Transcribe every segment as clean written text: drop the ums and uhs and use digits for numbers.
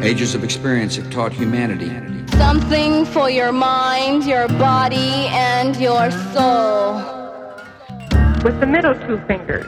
Ages of experience have taught humanity. Something for your mind, your body, and your soul. With the middle two fingers.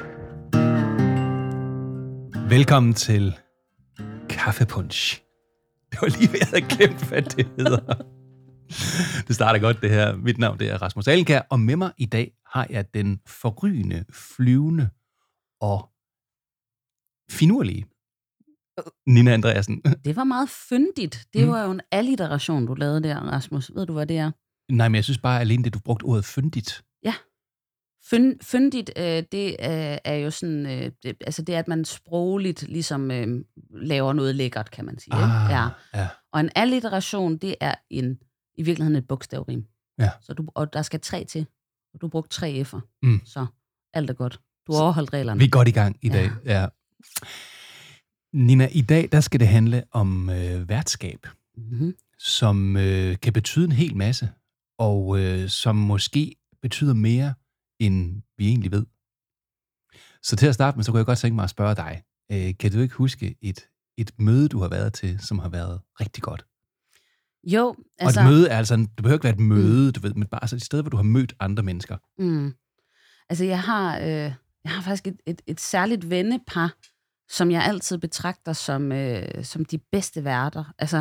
Velkommen til Kaffepunch. Det var lige ved, jeg havde glemt, hvad det hedder. Det starter godt, det her. Mit navn det er Rasmus Alenkær, og med mig i dag har jeg den forrygende, flyvende og finurlige Nina Andreasen. Det var meget fyndigt. Det var jo en alliteration, du lavede der, Rasmus. Ved du, hvad det er? Nej, men jeg synes bare alene, det du brugte ordet fyndigt. Ja. Fyndigt, det er jo sådan, det er, at man sprogligt ligesom laver noget lækkert, kan man sige. Ja. Og en alliteration, det er i virkeligheden et bogstavrim. Ja. Og der skal 3 til, og du brugte 3 F'er. Så alt er godt. Du har overholdt reglerne. Vi er godt i gang i dag, ja. Nina, i dag der skal det handle om værtskab, som kan betyde en hel masse, og som måske betyder mere, end vi egentlig ved. Så til at starte med, så kunne jeg godt tænke mig at spørge dig, kan du ikke huske et møde, du har været til, som har været rigtig godt? Jo, altså... Og et møde er altså, det behøver ikke være et møde, du ved, men bare altså et sted, hvor du har mødt andre mennesker. Altså, jeg har faktisk et særligt vennepar, som jeg altid betragter som de bedste værter. Altså,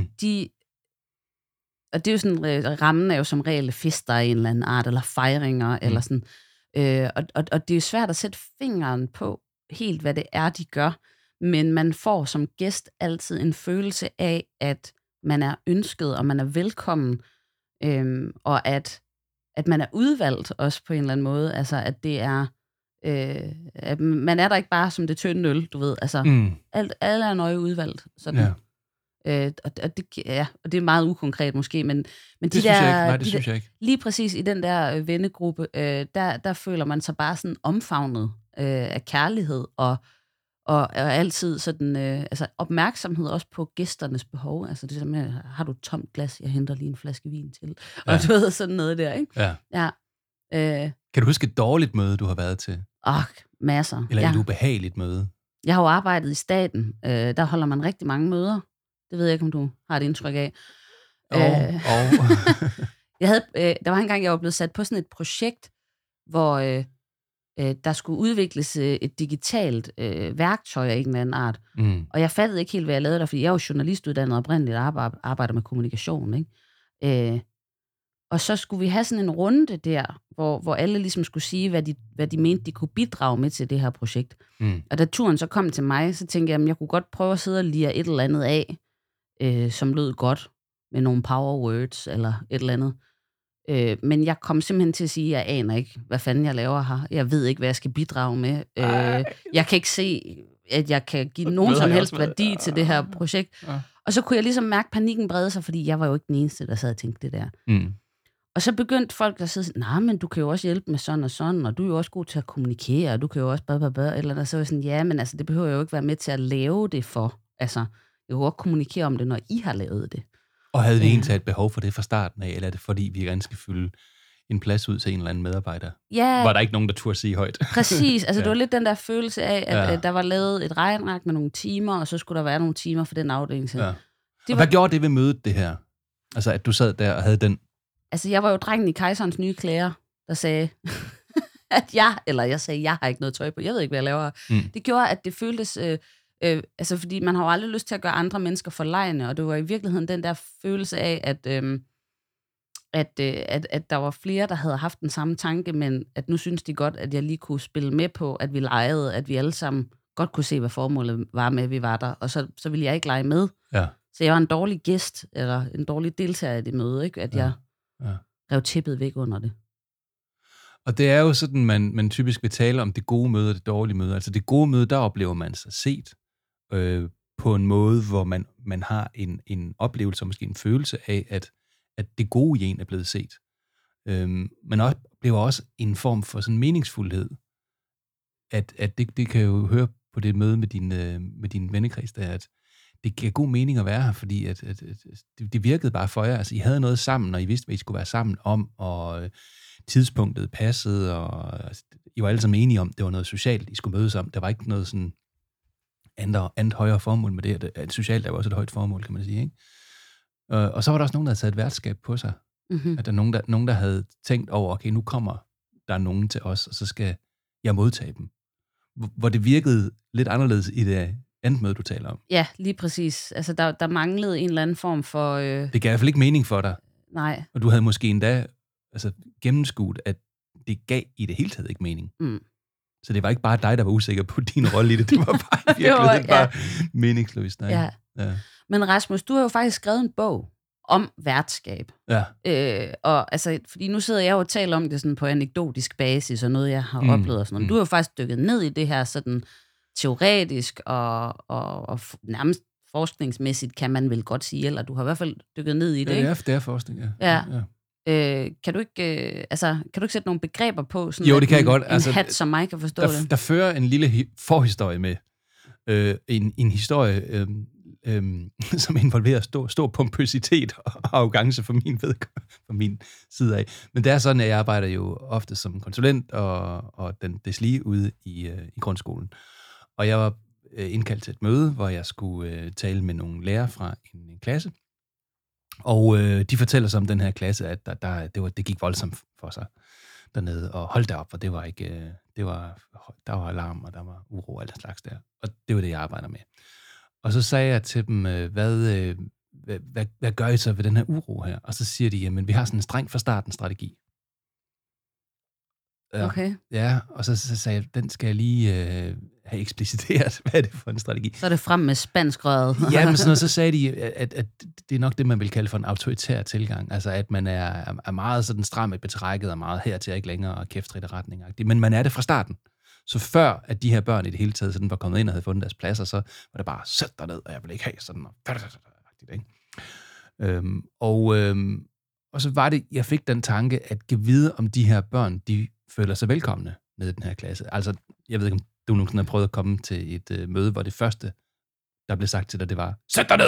og det er jo sådan, rammen er jo som regel fester af en eller anden art, eller fejringer, eller sådan. Og det er jo svært at sætte fingeren på helt, hvad det er, de gør, men man får som gæst altid en følelse af, at man er ønsket, og man er velkommen, og at man er udvalgt også på en eller anden måde. Altså, at det er... at man er der ikke bare som det tynde øl, du ved. Altså, alle er nøje udvalgt. Sådan. Ja. Og det er meget ukonkret måske, men det synes jeg ikke. Synes jeg ikke. Lige præcis i den der vennegruppe, der føler man sig bare sådan omfavnet af kærlighed, og altid sådan, opmærksomhed også på gæsternes behov. Altså det der med, har du et tomt glas, jeg henter lige en flaske vin til. Og du ved, sådan noget der, ikke? Ja. Kan du huske et dårligt møde, du har været til? Masser. Eller et ubehageligt møde? Jeg har jo arbejdet i staten. Der holder man rigtig mange møder. Det ved jeg ikke, om du har et indtryk af. Der var engang, jeg var blevet sat på sådan et projekt, hvor der skulle udvikles et digitalt værktøj af en eller anden art. Og jeg fattede ikke helt, hvad jeg lavede der, fordi jeg er jo journalistuddannet oprindeligt og arbejder med kommunikation, ikke? Og så skulle vi have sådan en runde der, hvor alle ligesom skulle sige, hvad de mente, de kunne bidrage med til det her projekt. Og da turen så kom til mig, så tænkte jeg, at jeg kunne godt prøve at sidde og lire et eller andet af, som lød godt, med nogle power words eller et eller andet. Men jeg kom simpelthen til at sige, at jeg aner ikke, hvad fanden jeg laver her. Jeg ved ikke, hvad jeg skal bidrage med. Jeg kan ikke se, at jeg kan give nogen som helst værdi til det her projekt. Og så kunne jeg ligesom mærke panikken brede sig, fordi jeg var jo ikke den eneste, der sad og tænkte det der. Og så begyndte folk at sige, nej, men du kan jo også hjælpe med sådan og sådan, og du er jo også god til at kommunikere, og du kan jo også eller der. Så var jeg sådan, ja, men altså, det behøver jeg jo ikke være med til at lave det for. Altså, jeg kan jo også kommunikere om det, når I har lavet det. Og havde vi egentlig et behov for det fra starten af, eller er det fordi, vi gerne skal fylde en plads ud til en eller anden medarbejder? Ja. Var der ikke nogen, der turde sige højt? Præcis. Altså, det var lidt den der følelse af, at der var lavet et regnark med nogle timer, og så skulle der være nogle timer for den afdeling. Hvad gjorde det ved mødet, det her? Altså, at du sad der og havde den... Altså, jeg var jo drengen i Kejserens nye klæder, der sagde, at jeg har ikke noget tøj på. Jeg ved ikke, hvad jeg laver. Det gjorde, at det føltes... fordi man har jo aldrig lyst til at gøre andre mennesker forlegne, og det var i virkeligheden den der følelse af, at der var flere, der havde haft den samme tanke, men at nu synes de godt, at jeg lige kunne spille med på, at vi legede, at vi alle sammen godt kunne se, hvad formålet var med, at vi var der, og så ville jeg ikke lege med. Ja. Så jeg var en dårlig gæst, eller en dårlig deltager i det møde, ikke? At jeg rev tæppet væk under det. Og det er jo sådan, man typisk vil tale om det gode møde og det dårlige møde. Altså det gode møde, der oplever man sig set på en måde, hvor man har en oplevelse og måske en følelse af, at det gode i en er blevet set. Man oplever også en form for sådan meningsfuldhed. At det kan jo høre på det møde med din vennekreds, der at det giver god mening at være her, fordi at det virkede bare for jer. Altså I havde noget sammen, og I vidste, hvad I skulle være sammen om, og tidspunktet passede, og I var alle sammen enige om, det var noget socialt, I skulle mødes om. Der var ikke noget sådan andet højere formål med det. At socialt er jo også et højt formål, kan man sige. Ikke? Og så var der også nogen, der havde taget et værtskab på sig. Mm-hmm. At der er nogen, der havde tænkt over, okay, nu kommer der nogen til os, og så skal jeg modtage dem. Hvor det virkede lidt anderledes i det andet møde, du taler om. Ja, lige præcis. Altså, der manglede en eller anden form for... Det gav i hvert fald ikke mening for dig. Nej. Og du havde måske endda gennemskuet, at det gav i det hele taget ikke mening. Mm. Så det var ikke bare dig, der var usikker på din rolle i det. Det var bare virkelig bare meningsløst. Ja. Men Rasmus, du har jo faktisk skrevet en bog om værtskab. Ja. Og altså, fordi nu sidder jeg jo og taler om det sådan på anekdotisk basis, og noget, jeg har oplevet og sådan noget. Du har jo faktisk dykket ned i det her sådan teoretisk og nærmest forskningsmæssigt, kan man vel godt sige, eller du har i hvert fald dykket ned i det, ikke? Det er forskning, ja. Kan du ikke sætte nogle begreber på, sådan jo, det kan jeg godt. En hat, som mig kan forstå det? Der fører en lille forhistorie med. En historie, som involverer stor pompøsitet og arrogance fra min side af. Men det er sådan, at jeg arbejder jo ofte som konsulent og deslige ude i grundskolen. Og jeg var indkaldt til et møde, hvor jeg skulle tale med nogle lærere fra en klasse. Og de fortæller så om den her klasse, at det gik voldsomt for sig dernede. Og hold da op, og det var ikke... der var alarm, og der var uro og alt slags der. Og det var det, jeg arbejder med. Og så sagde jeg til dem, hvad gør I så ved den her uro her? Og så siger de, jamen vi har sådan en streng fra starten strategi. Okay. Ja, og så sagde jeg, den skal jeg lige have ekspliciteret. Hvad er det for en strategi? Så er det frem med spanskrøret. Jamen, så sagde de, at det er nok det, man vil kalde for en autoritær tilgang. Altså, at man er meget sådan stram i betrækket og meget hertil ikke længere og kæftrit og retning-agtigt. Men man er det fra starten. Så før, at de her børn i det hele taget sådan var kommet ind og havde fundet deres pladser, så var det bare, sæt dig ned, og jeg vil ikke have sådan noget. Og så var det, jeg fik den tanke, at give vide om de her børn, de føler sig velkomne nede i den her klasse. Altså, jeg ved ikke, om du nogensinde har prøvet at komme til et møde, hvor det første, der blev sagt til dig, det var, sæt dig ned!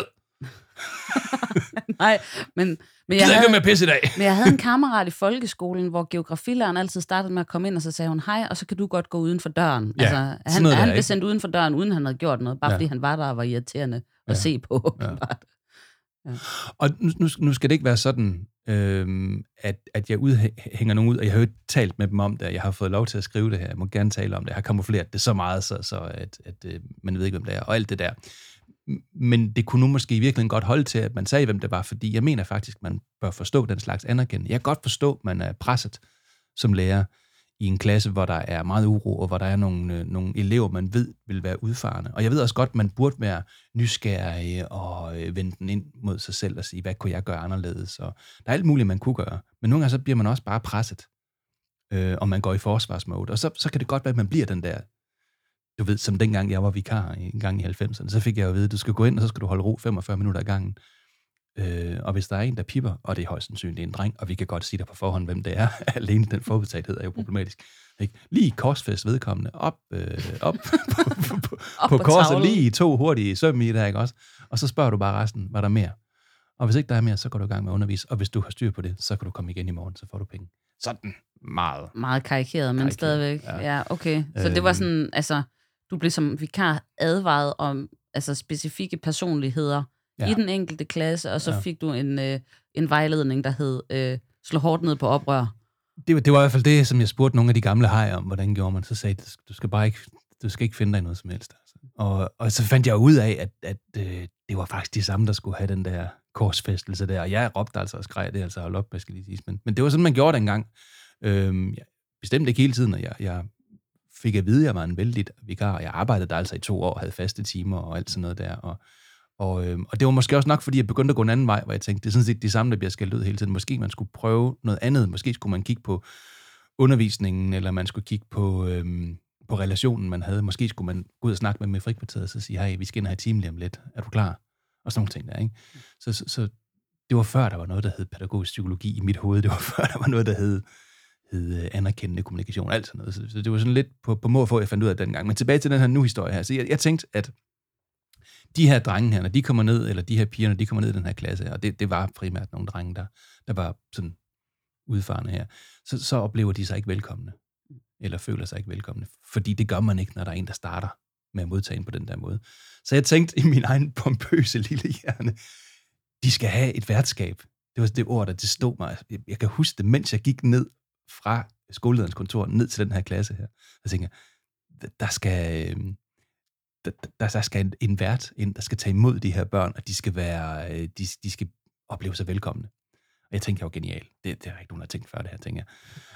Nej, men jeg havde en kammerat i folkeskolen, hvor geografilæreren altid startede med at komme ind, og så sagde hun, hej, og så kan du godt gå uden for døren. Ja, altså, han blev sendt uden for døren, uden han havde gjort noget, bare fordi han var der og var irriterende at se på. Ja. Ja. Og nu skal det ikke være sådan, at jeg hænger nogen ud, og jeg har jo talt med dem om det, jeg har fået lov til at skrive det her, jeg må gerne tale om det, jeg har kamufleret det så meget, så at man ved ikke, hvem det er, og alt det der. Men det kunne nu måske virkelig godt holde til, at man sagde, hvem det var, fordi jeg mener faktisk, man bør forstå den slags anerkendelse. Jeg kan godt forstå, at man er presset som lærer i en klasse, hvor der er meget uro, og hvor der er nogle elever, man ved vil være udfarende. Og jeg ved også godt, at man burde være nysgerrig og vende den ind mod sig selv og sige, hvad kunne jeg gøre anderledes? Og der er alt muligt, man kunne gøre. Men nogle gange så bliver man også bare presset, og man går i forsvarsmode. Og så kan det godt være, at man bliver den der, du ved, som dengang jeg var vikar en gang i 90'erne, så fik jeg jo at vide, at du skal gå ind, og så skal du holde ro 45 minutter ad gangen. Og hvis der er en, der pipper, og det er højst sandsynligt en dreng, og vi kan godt sige der på forhånd, hvem det er, alene den forudtagethed er jo problematisk. Ikke? Lige korsfæst vedkommende, op på korset, lige 2 hurtige søm i det, ikke også? Og så spørger du bare resten, hvad der er mere? Og hvis ikke der er mere, så går du i gang med at undervise, og hvis du har styr på det, så kan du komme igen i morgen, så får du penge. Sådan meget karikeret, men stadigvæk. Ja, okay. Så det var sådan, altså, du blev som vikar advaret om altså specifikke personligheder i den enkelte klasse, og så fik du en vejledning, der hed slå hårdt ned på oprør. Det var i hvert fald det, som jeg spurgte nogle af de gamle hajer om, hvordan gjorde man. Så sagde du skal ikke finde dig i noget som helst. Altså. Og så fandt jeg ud af, at det var faktisk de samme, der skulle have den der korsfæstelse der. Og jeg råbte altså og skreg det, altså hold op, hvad skal lige sige. Men det var sådan, man gjorde dengang. Bestemt ikke hele tiden, og jeg fik at vide, at jeg var en vældig vikar. Jeg arbejdede der altså i 2 år, havde faste timer og alt sådan noget der. Og det var måske også nok, fordi jeg begyndte at gå en anden vej, hvor jeg tænkte, det er sådan set de samme, der bliver skældt ud hele tiden. Måske man skulle prøve noget andet. Måske skulle man kigge på undervisningen, eller man skulle kigge på relationen, man havde. Måske skulle man gå ud og snakke med frikvarteret, og så sige, hey, vi skal ind og have time lige om lidt. Er du klar? Og sådan nogle ting der, ikke? Så det var før, der var noget, der hed pædagogisk psykologi i mit hoved. Det var før, der var noget, der hed anerkendende kommunikation, alt sådan noget. Så det var sådan lidt på må få, jeg fandt ud af dengang. Men tilbage til den her nu-historie her. Så jeg tænkte, at de her drenge her, når de kommer ned, eller de her piger, når de kommer ned i den her klasse, og det var primært nogle drenge, der var sådan udfarende her, så oplever de sig ikke velkomne, eller føler sig ikke velkomne. Fordi det gør man ikke, når der er en, der starter med at modtage en på den der måde. Så jeg tænkte i min egen pompøse lille hjerne, de skal have et værtskab. Det var det ord, der det stod mig. Jeg kan huske det, mens jeg gik ned fra skolelederens kontor, ned til den her klasse her. Så tænkte jeg, der skal en vært ind, der skal tage imod de her børn, og de skal opleve sig velkomne. Og jeg tænkte, jeg var genial. Det er ikke nogen, der har tænkt før det her, tænker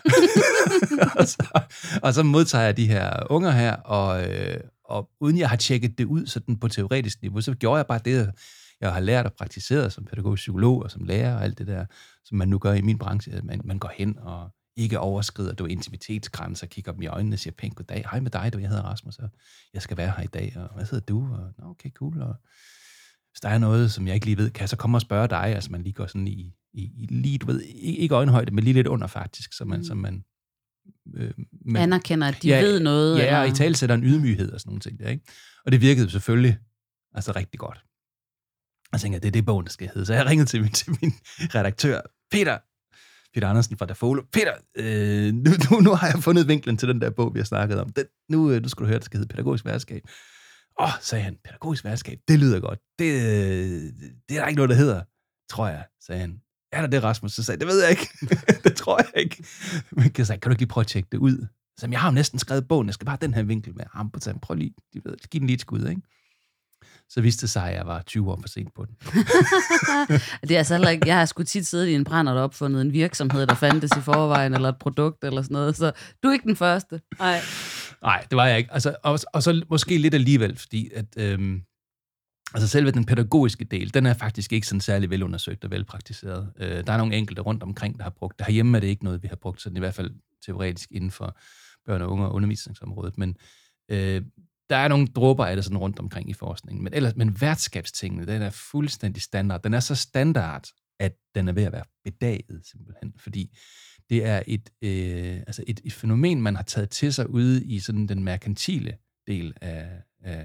jeg. og så modtager jeg de her unger her, og uden jeg har tjekket det ud sådan på teoretisk niveau, så gjorde jeg bare det, jeg har lært og praktiseret som pædagogisk psykolog og som lærer og alt det der, som man nu gør i min branche, at man går hen og ikke overskrider intimitetsgrænser, kigger dem i øjnene og siger pænt goddag, hej med dig, jeg hedder Rasmus, og jeg skal være her i dag, og hvad hedder du? Og okay, cool, og hvis der er noget, som jeg ikke lige ved, kan jeg så komme og spørge dig, altså man lige går sådan i lige, du ved, ikke øjenhøjde, men lige lidt under faktisk, så man anerkender, at de ved noget. Ja, eller? og i tale sætter en ydmyghed og sådan nogle ting der, ikke? Og det virkede selvfølgelig altså rigtig godt. Jeg tænkte, det er det bogen, der skal hedde. Så jeg ringede til min redaktør, Peter Andersen fra Dafolo. Peter, nu har jeg fundet vinklen til den der bog, vi har snakket om. Nu skal du høre, det skal hedde Pædagogisk Værtskab. Sagde han, Pædagogisk Værtskab, det lyder godt. Det er der ikke noget, der hedder, tror jeg, sagde han. Er der det, Rasmus? Så sagde jeg, det ved jeg ikke. Det tror jeg ikke. Men jeg sagde, kan du ikke lige prøve at tjekke det ud? Så jeg har jo næsten skrevet bogen, jeg skal bare have den her vinkel med. Prøv lige, giv den lige et skud, ikke? Så viste det sig, at jeg var 20 år for sent på den. Det er altså heller ikke, jeg har sgu tit siddet i en brænder og opfundet en virksomhed, der fandtes i forvejen, eller et produkt, eller sådan noget, så du er ikke den første. Nej, det var jeg ikke. Altså, og så måske lidt alligevel, fordi at, altså selve den pædagogiske del, den er faktisk ikke sådan særlig velundersøgt og velpraktiseret. Der er nogle enkelte rundt omkring, der har brugt det. Herhjemme er det ikke noget, vi har brugt, sådan i hvert fald teoretisk inden for børn og unge og undervisningsområdet, men der er nogle dråber af det sådan rundt omkring i forskningen, men værtskabstingene, den er fuldstændig standard. Den er så standard, at den er ved at være bedaget simpelthen, fordi det er et fænomen, man har taget til sig ude i sådan den merkantile del af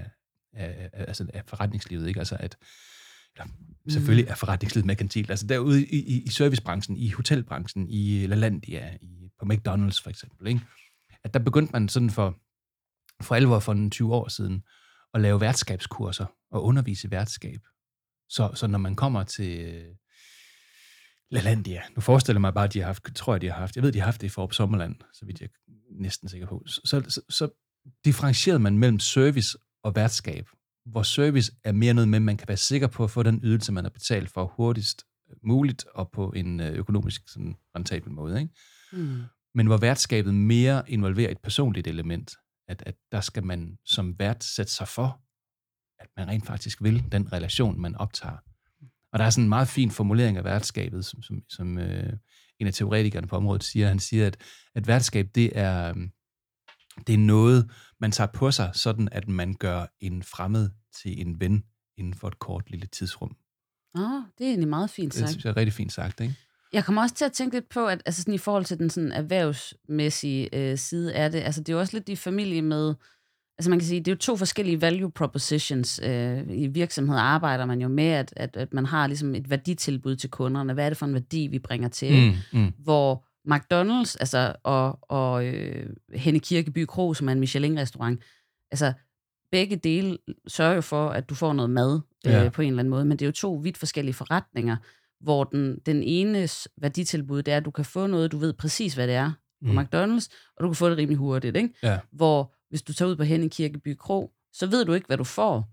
forretningslivet, ikke? Altså selvfølgelig er forretningslivet merkantilt. Altså derude i servicebranchen, i hotelbranchen, i LaLandia, på McDonald's for eksempel, ikke? At der begyndte man sådan for alvor for 20 år siden at lave værtskabskurser og undervise i værtskab. Så når man kommer til LaLandia, nu forestiller jeg mig bare, at de har haft, jeg ved, de har haft det i Fårup Sommerland, så vidt jeg er næsten sikker på, så differentierede man mellem service og værtskab, hvor service er mere noget med, at man kan være sikker på at få den ydelse, man har betalt for hurtigst muligt, og på en økonomisk sådan rentabel måde, ikke? Men hvor værtskabet mere involverer et personligt element, at der skal man som vært sætte sig for, at man rent faktisk vil den relation, man optager. Og der er sådan en meget fin formulering af værtskabet, som en af teoretikerne på området siger. Han siger, at værtskab, det er noget, man tager på sig, sådan at man gør en fremmed til en ven inden for et kort lille tidsrum. Det er egentlig meget fint sagt. Det synes jeg er rigtig fint sagt, ikke? Jeg kommer også til at tænke lidt på, at altså sådan i forhold til den sådan erhvervsmæssige side af det, altså det er jo også lidt i familie med, altså man kan sige, det er jo 2 forskellige value propositions. I virksomheder arbejder man jo med, at man har ligesom et værditilbud til kunderne. Hvad er det for en værdi, vi bringer til? Hvor McDonald's altså, og Henne Kirkeby Kro, som er en Michelin-restaurant, altså begge dele sørger jo for, at du får noget mad på en eller anden måde, men det er jo 2 vidt forskellige forretninger, hvor den enes værditilbud, det er, at du kan få noget, du ved præcis, hvad det er på McDonald's, og du kan få det rimelig hurtigt, ikke? Ja. Hvor hvis du tager ud på Henne Kirkeby Kro, så ved du ikke, hvad du får,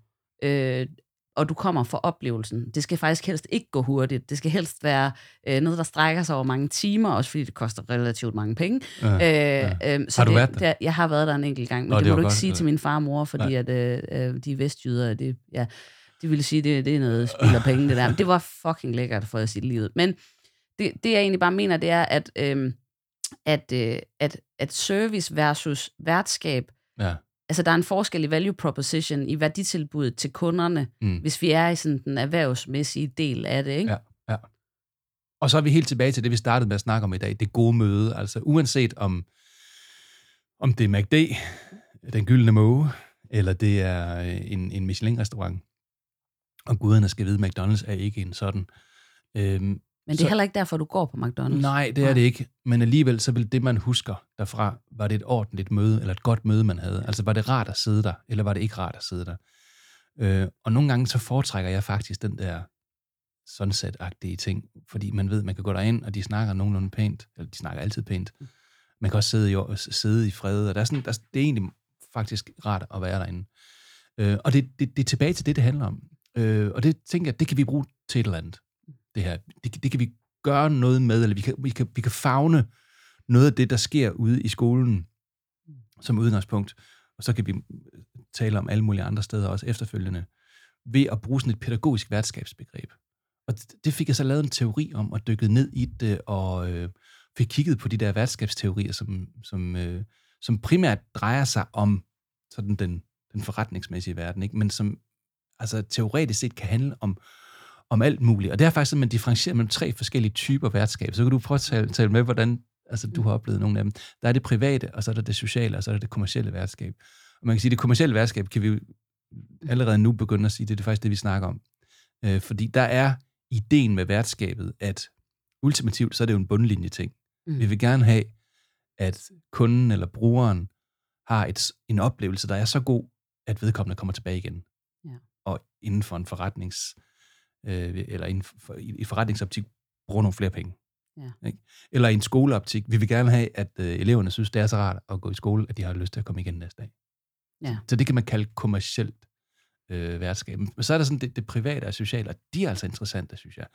og du kommer for oplevelsen. Det skal faktisk helst ikke gå hurtigt. Det skal helst være noget, der strækker sig over mange timer, også fordi det koster relativt mange penge. Så har du været der? Jeg har været der en enkelt gang, men det må du ikke sige til min far og mor, fordi at, de er vestjyder, de ville sige, at det er noget spild af penge, det der. Det var fucking lækkert for at sige livet. Men det jeg egentlig bare mener, det er, at service versus værtskab, altså der er en forskel i value proposition, i værditilbuddet til kunderne, hvis vi er i sådan den erhvervsmæssige del af det, ikke? Ja. Og så er vi helt tilbage til det, vi startede med at snakke om i dag, det gode møde. Altså uanset om det er McD, den gyldne måge, eller det er en Michelin-restaurant, og guderne skal vide, McDonald's er ikke en sådan. Men Men det er heller ikke derfor, du går på McDonald's. Nej, det er det ikke. Men alligevel, så vil det, man husker derfra, var det et ordentligt møde, eller et godt møde, man havde. Altså, var det rart at sidde der, eller var det ikke rart at sidde der? Og nogle gange, så foretrækker jeg faktisk den der sunset-agtige ting, fordi man ved, man kan gå derind, og de snakker nogenlunde pænt, eller de snakker altid pænt. Man kan også sidde i fred, og det er egentlig faktisk rart at være derinde. Og det er tilbage til det handler om. Og det tænker jeg, det kan vi bruge til et eller andet. Det her. Det kan vi gøre noget med, eller vi kan favne noget af det, der sker ude i skolen som udgangspunkt, og så kan vi tale om alle mulige andre steder også efterfølgende, ved at bruge sådan et pædagogisk værtskabsbegreb. Og det fik jeg så lavet en teori om, og dykket ned i det, og fik kigget på de der værtskabsteorier, som primært drejer sig om sådan den forretningsmæssige verden, ikke? Men som altså teoretisk set kan handle om alt muligt. Og det er faktisk, at man differentierer mellem 3 forskellige typer værtskab. Så kan du prøve at tale med, hvordan du har oplevet nogle af dem. Der er det private, og så er der det sociale, og så er der det kommercielle værtskab. Og man kan sige, at det kommercielle værtskab kan vi jo allerede nu begynde at sige, det er faktisk det, vi snakker om. Fordi der er ideen med værtskabet, at ultimativt, så er det jo en bundlinje ting. Vi vil gerne have, at kunden eller brugeren har en oplevelse, der er så god, at vedkommende kommer tilbage igen. Ja. Og inden for en eller i forretningsoptik bruger nogle flere penge. Ja. Ikke? Eller i en skoleoptik. Vi vil gerne have, at eleverne synes, det er så rart at gå i skole, at de har lyst til at komme igen næste dag. Ja. Så det kan man kalde kommercielt værtskab. Men så er der sådan det private og sociale, og de er altså interessante, synes jeg.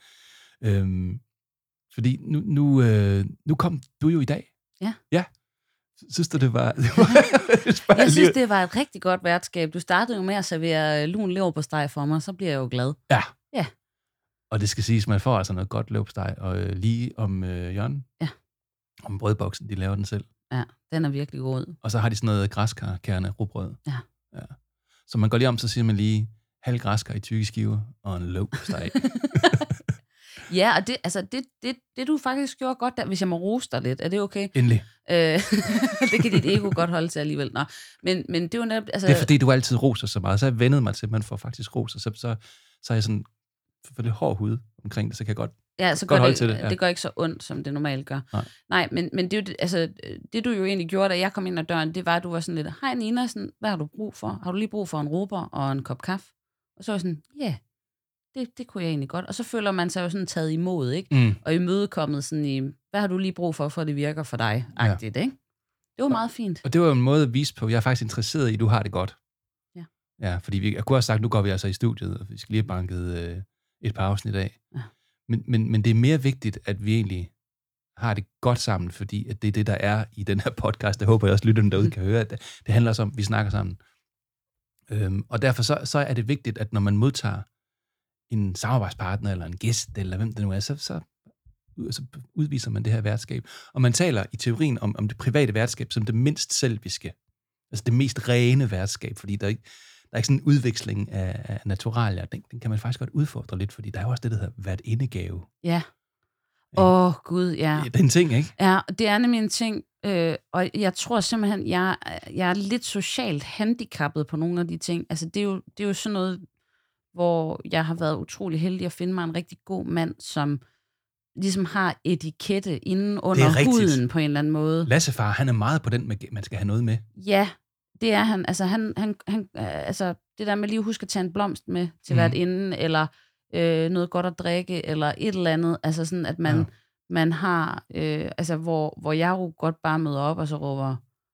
Fordi nu kom du jo i dag. Ja. Ja. Synes du, det var jeg synes, det var et rigtig godt værtskab. Du startede jo med at servere lun leverpostej for mig, så bliver jeg jo glad. Ja. Ja. Og det skal siges, man får altså noget godt leverpostej, og lige om hjørnet. Ja. Om brødboksen, de laver den selv. Ja, den er virkelig god. Og så har de sådan noget græskarkerne rugbrød. Ja. Ja. Så man går lige om, så siger man lige halv græskar i tykke skiver, og en leverpostej. Ja, og det du faktisk gjorde godt der, hvis jeg må rose dig lidt, er det okay? Endelig. Det kan dit ego godt holde til alligevel. Nå. Men det er jo netop... Altså, det er fordi, du altid roser så meget, så jeg vendede mig til, at man får faktisk roser, så er jeg sådan for lidt hård hud omkring det, så kan jeg godt, godt holde til det. Ja. Det gør ikke så ondt, som det normalt gør. Nej, men det er jo altså, det du jo egentlig gjorde, da jeg kom ind ad døren, det var, at du var sådan lidt, hej Nina, sådan, hvad har du brug for? Har du lige brug for en råber og en kop kaffe? Og så var jeg sådan, det kunne jeg egentlig godt. Og så føler man sig jo sådan taget imod, ikke? Og imødekommet sådan i, hvad har du lige brug for det virker for dig? Agtigt, ikke? Det var meget fint. Og det var en måde at vise på, jeg er faktisk interesseret i, at du har det godt. Ja. Ja, fordi jeg kunne have sagt, nu går vi altså i studiet, og vi skal lige have banket et par afsnit af. Ja. Men det er mere vigtigt, at vi egentlig har det godt sammen, fordi at det er det, der er i den her podcast. Det håber jeg også, lytterne derude kan høre, at det handler også om, at vi snakker sammen. Og derfor så er det vigtigt, at når man modtager en samarbejdspartner, eller en gæst, eller hvem det nu er, så udviser man det her værtskab. Og man taler i teorien om det private værtskab som det mindst selviske. Altså det mest rene værtskab, fordi der er ikke sådan en udveksling af naturalier. Den kan man faktisk godt udfordre lidt, fordi der er jo også det, der hedder værtindegave. Ja. Gud, ja. Det er en ting, ikke? Ja, det er nemlig en ting, og jeg tror simpelthen, jeg er lidt socialt handicappet på nogle af de ting. Altså det er jo sådan noget, hvor jeg har været utrolig heldig at finde mig en rigtig god mand, som ligesom har etikette inden under huden på en eller anden måde. Lassefar, han er meget på den, man skal have noget med. Ja, det er han. Altså, han altså det der med lige at huske at tage en blomst med til hvert inden, eller noget godt at drikke, eller et eller andet. Altså sådan, at man har, altså hvor jeg jo godt bare møder op, og så råber,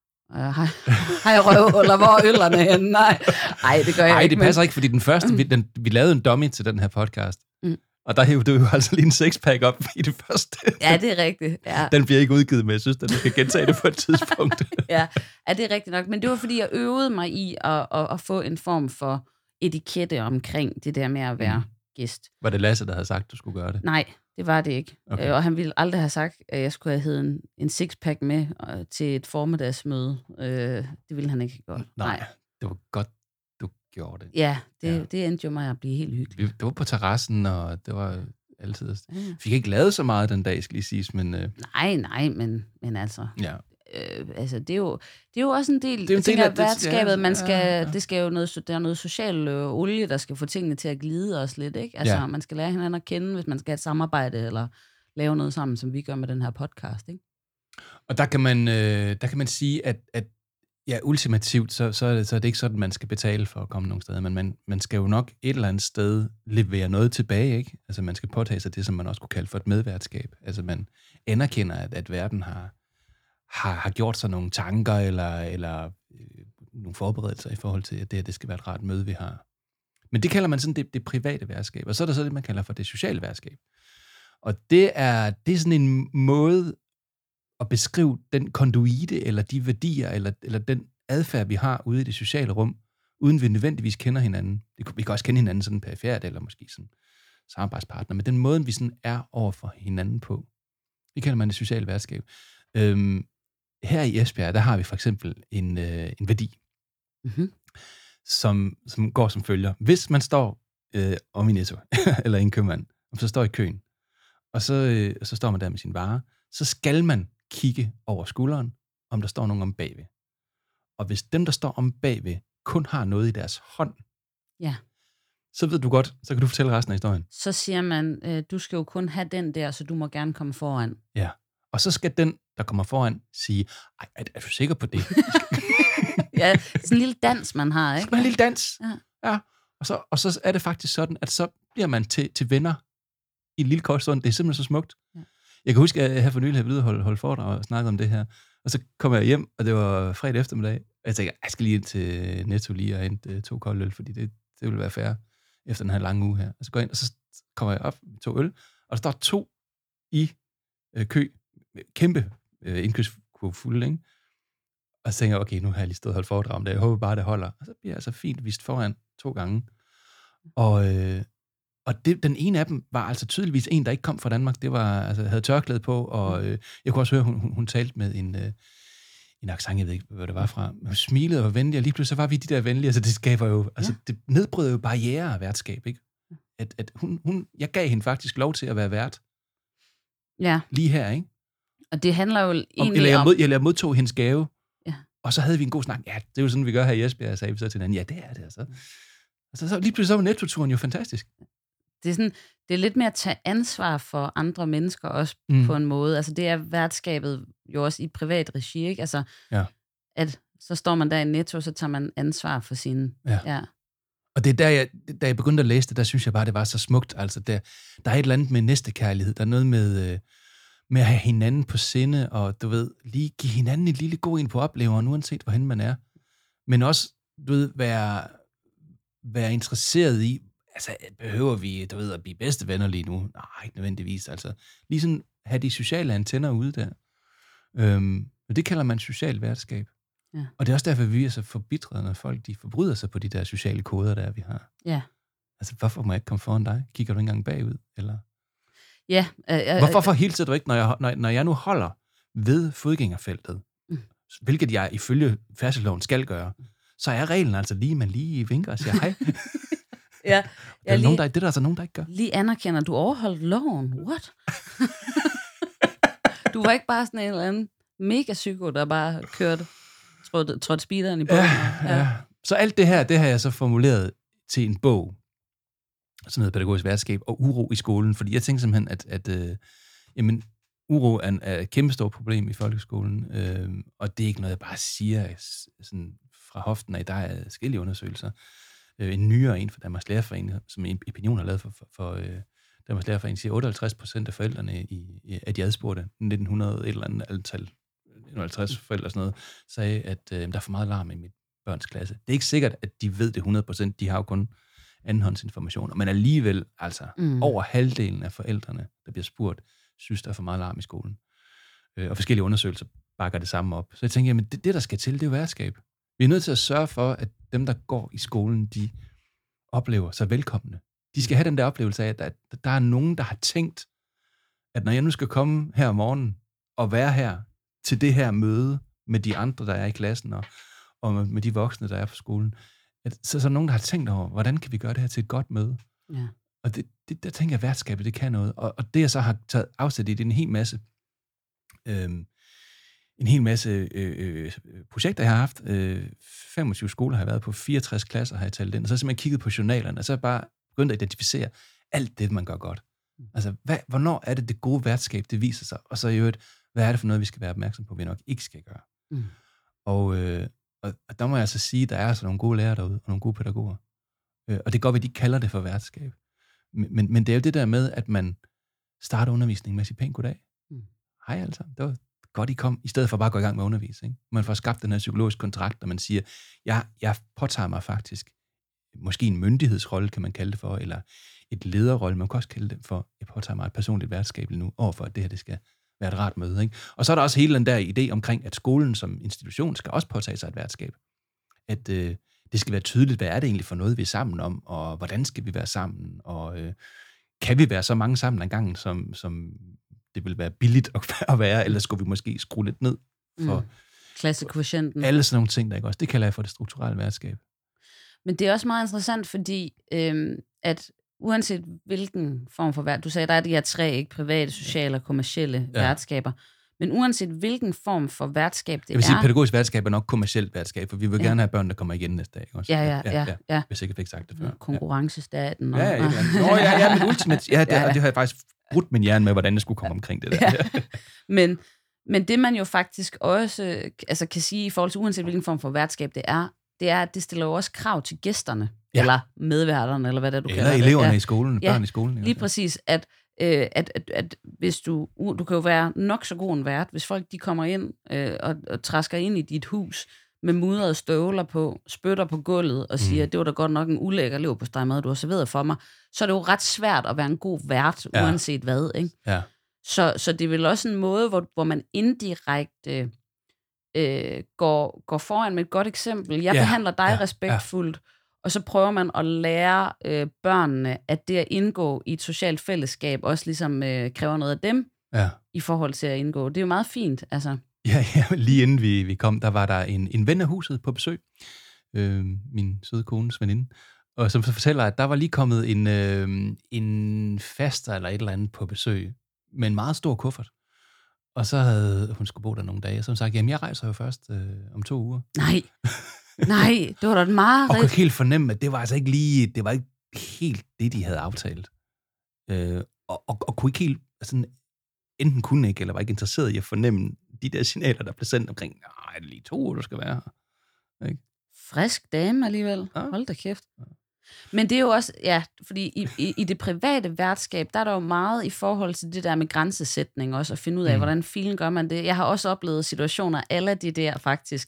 hej røvhuller, hvor er øllerne henne? Nej, det gør jeg ikke. Nej, det passer ikke, fordi den første, vi lavede en dummy til den her podcast, og der hævde du jo altså lige en sixpack op i det første. Ja, det er rigtigt. Ja. Den bliver ikke udgivet, men jeg synes, at du skal gentage det på et tidspunkt. Ja, det er rigtigt nok. Men det var, fordi jeg øvede mig i at få en form for etikette omkring det der med at være gæst. Var det Lasse, der havde sagt, du skulle gøre det? Nej, det var det ikke. Okay. Og han ville aldrig have sagt, at jeg skulle have heddet en sixpack med til et formiddagsmøde. Det ville han ikke have gjort. Nej, det var godt, du gjorde det. Ja, det endte jo mig at blive helt hyggeligt. Det var på terrassen, og det var altid... Fik ikke lavet så meget den dag, skal lige siges, men... Nej, men altså... Ja. Altså, det er jo også en del af værtskabet. Man skal, det skal jo der er noget social olie, der skal få tingene til at glide os lidt, ikke? Altså, man skal lære hinanden at kende, hvis man skal have et samarbejde, eller lave noget sammen, som vi gør med den her podcast, ikke? Og der kan man sige, at ja, ultimativt, så er det ikke sådan, man skal betale for at komme nogen steder, men man skal jo nok et eller andet sted levere noget tilbage, ikke? Altså man skal påtage sig det, som man også kunne kalde for et medværtskab. Altså man anerkender, at verden har gjort sig nogle tanker eller nogle forberedelser i forhold til, at det skal være et rart møde, vi har. Men det kalder man sådan det private værtskab, og så er der så det, man kalder for det sociale værtskab. Og det er sådan en måde at beskrive den konduite, eller de værdier, eller den adfærd, vi har ude i det sociale rum, uden vi nødvendigvis kender hinanden. Vi kan også kende hinanden sådan perifært, eller måske sådan samarbejdspartner, men den måde, vi sådan er over for hinanden på, det kalder man det sociale værtskab. Her i Esbjerg, der har vi for eksempel en værdi, som går som følger. Hvis man står om i Netto, eller i en købmand, og så står i køen, og så står man der med sin vare, så skal man kigge over skulderen, om der står nogen om bagved. Og hvis dem, der står om bagved, kun har noget i deres hånd, ja, så ved du godt, så kan du fortælle resten af historien. Så siger man, du skal jo kun have den der, så du må gerne komme foran. Ja, og så skal den, der kommer foran, sige, er du sikker på det? Ja, sådan en lille dans, man har, ikke? Så en lille dans. Ja. Og så er det faktisk sådan, at så bliver man til venner i en lille kort stund. Det er simpelthen så smukt. Ja. Jeg kan huske, at jeg her for nylig havde holdt foredrag og snakket om det her. Og så kom jeg hjem, og det var fredag eftermiddag. Og jeg tænkte, jeg skal lige ind til Netto lige og hente 2 kolde øl, fordi det ville være fair efter den her lange uge her. Og så går jeg ind, og så kommer jeg op med 2 øl, og der står 2 i kø. Kæmpe indkøbskurve fulde, ikke? Og så tænker jeg, okay, nu har jeg lige stået og holdt foredrag om det. Jeg håber bare, det holder. Og så bliver jeg altså fint vist foran 2 gange. Og den ene af dem var altså tydeligvis en, der ikke kom fra Danmark. Det var, altså, havde tørklæde på, og jeg kunne også høre, hun talte med en accent, jeg ved ikke, hvad det var fra. Hun smilede og var venlig, og lige pludselig så var vi de der venlige. Altså, det skaber jo, altså, det nedbryder jo barrierer af værtskab, ikke? At jeg gav hende faktisk lov til at være vært. Ja. Lige her, ikke? Og det handler jo egentlig om... Jeg modtog hendes gave, og så havde vi en god snak. Ja, det er jo sådan, vi gør her i Esbjerg, sagde vi så til hinanden. Ja, det er det, altså. Så lige pludselig så var Netto-turen jo fantastisk. det er lidt mere at tage ansvar for andre mennesker også på en måde. Altså det er værtskabet jo også i privat regi, ikke? Altså, at så står man der i Netto, så tager man ansvar for sine... Ja. Og det er der, da jeg begyndte at læse det, der synes jeg bare, det var så smukt. Altså der er et eller andet med næstekærlighed. Der er noget med at have hinanden på sinde, og du ved, lige give hinanden et lille god ind på opleveren, uanset hvorhen man er. Men også, du ved, være interesseret i, altså, behøver vi, du ved, at blive bedste venner lige nu? Nej, ikke nødvendigvis. Altså, lige sådan have de sociale antenner ude der. Og det kalder man social værtskab. Ja. Og det er også derfor, vi er så forbitrede, når folk de forbryder sig på de der sociale koder, der vi har. Ja. Altså, hvorfor må jeg ikke komme foran dig? Kigger du ikke engang bagud? Eller? Ja. Hvorfor hilser du ikke, når jeg nu holder ved fodgængerfeltet, hvilket jeg ifølge færdselsloven skal gøre, så er reglen altså lige, man lige vinker og siger hej. Ja. Det er der altså nogen, der ikke gør. Lige anerkender, du overholdt loven. What? Du var ikke bare sådan en eller anden mega psyko, der bare trådte speederen i bunden. Ja. Så alt det her, det har jeg så formuleret til en bog, som hedder Pædagogisk værtskab og uro i skolen, fordi jeg tænker simpelthen, at jamen, uro er et kæmpestort problem i folkeskolen, og det er ikke noget, jeg bare siger sådan fra hoften af. Der er forskellige undersøgelser. En nyere en fra Danmarks Lærerforening, som Opinion har lavet for Danmarks Lærerforening, siger 58% af forældrene af de adspurgte 1900 et eller andet antal 50 forældre og sådan noget, sagde, at der er for meget larm i mit børns klasse. Det er ikke sikkert, at de ved det 100%. De har jo kun andenhåndsinformationer. Men alligevel, altså, over halvdelen af forældrene, der bliver spurgt, synes, der er for meget larm i skolen. Og forskellige undersøgelser bakker det samme op. Så jeg tænker, jamen det der skal til, det er jo værtskab. Vi er nødt til at sørge for, at dem, der går i skolen, de oplever sig velkomne. De skal have den der oplevelse af, at der er nogen, der har tænkt, at når jeg nu skal komme her om morgenen og være her til det her møde med de andre, der er i klassen, og med de voksne, der er på skolen, så er der nogen, der har tænkt over, hvordan kan vi gøre det her til et godt møde? Ja. Og der tænker jeg, at værtskabet, det kan noget. Og det, jeg så har taget afsæt i, det er en hel masse projekter, jeg har haft. 25 skoler har jeg været på, 64 klasser har jeg talt ind, og så har jeg simpelthen kigget på journalerne, og så har jeg bare begyndt at identificere alt det, man gør godt. Altså, hvornår er det gode værtskab, det viser sig? Og så i øvrigt, hvad er det for noget, vi skal være opmærksom på, vi nok ikke skal gøre? Og der må jeg altså sige, at der er altså nogle gode lærere derude, og nogle gode pædagoger. Og det er godt, at de kalder det for værtskab. Men det er jo det der med, at man starter undervisningen med at sige pænt goddag. Hej alle sammen, det var godt, I kom, i stedet for bare at gå i gang med at undervise. Ikke? Man får skabt den her psykologiske kontrakt, og man siger, jeg påtager mig faktisk, måske en myndighedsrolle, kan man kalde det for, eller et lederrolle, man kan også kalde det for, jeg påtager mig et personligt værtskab lige nu, overfor at det her, det skal være et rart møde. Ikke? Og så er der også hele den der idé omkring, at skolen som institution skal også påtage sig et værtskab. At det skal være tydeligt, hvad er det egentlig for noget, vi er sammen om, og hvordan skal vi være sammen, og kan vi være så mange sammen ad gangen, som det vil være billigt at være, eller skulle vi måske skrue lidt ned for klassekvotienten. Alle sådan nogle ting, der ikke også. Det kalder jeg for det strukturelle værtskab. Men det er også meget interessant, fordi at uanset hvilken form for vært, du sagde, der er de her 3, ikke, private, sociale og kommercielle værtskaber, men uanset hvilken form for værtskab det er... Jeg vil sige, at pædagogisk værtskab er nok kommercielt værtskab, for vi vil gerne have børn, der kommer igen næste dag. Også. Ja. Hvis jeg ikke fik sagt det før. Konkurrencestaten. Men ultimat, det har jeg faktisk brudt min hjerne med, hvordan jeg skulle komme omkring det der. Men det man jo faktisk også altså, kan sige i forhold til uanset hvilken form for værtskab det er, at det stiller jo også krav til gæsterne, eller medværterne, eller hvad det er, du kalder det. Eller eleverne i skolen, børn i skolen. Lige præcis, at hvis du kan jo være nok så god en vært, hvis folk de kommer ind og træsker ind i dit hus med mudrede støvler på, spytter på gulvet og siger, det var da godt nok en ulækker leverpostejmad, du har serveret for mig, så er det jo ret svært at være en god vært, uanset hvad, ikke? Ja. Så det er vel også en måde, hvor man indirekte går foran med et godt eksempel. Jeg behandler dig respektfuldt, og så prøver man at lære børnene, at det at indgå i et socialt fællesskab også ligesom kræver noget af dem i forhold til at indgå. Det er jo meget fint, altså. Ja, lige inden vi kom, der var der en ven af huset på besøg, min søde kones veninde, og som fortæller, at der var lige kommet en faster eller et eller andet på besøg, med en meget stor kuffert. Og så havde hun skulle bo der nogle dage, og så hun sagt, jamen jeg rejser jo først om 2 uger. Nej, det var da et meget... Og kunne helt fornemme, at det var altså ikke lige, det var ikke helt det, de havde aftalt. Og kunne ikke helt, sådan, enten kunne ikke, eller var ikke interesseret i at fornemme de der signaler, der blev sendt omkring, nej, det er lige 2 uger, du skal være her. Ikke? Frisk dame alligevel. Ja. Hold da kæft. Ja. Men det er jo også, fordi i det private værtskab, der er der jo meget i forhold til det der med grænsesætning også, at finde ud af, hvordan filen gør man det. Jeg har også oplevet situationer, alle de der faktisk,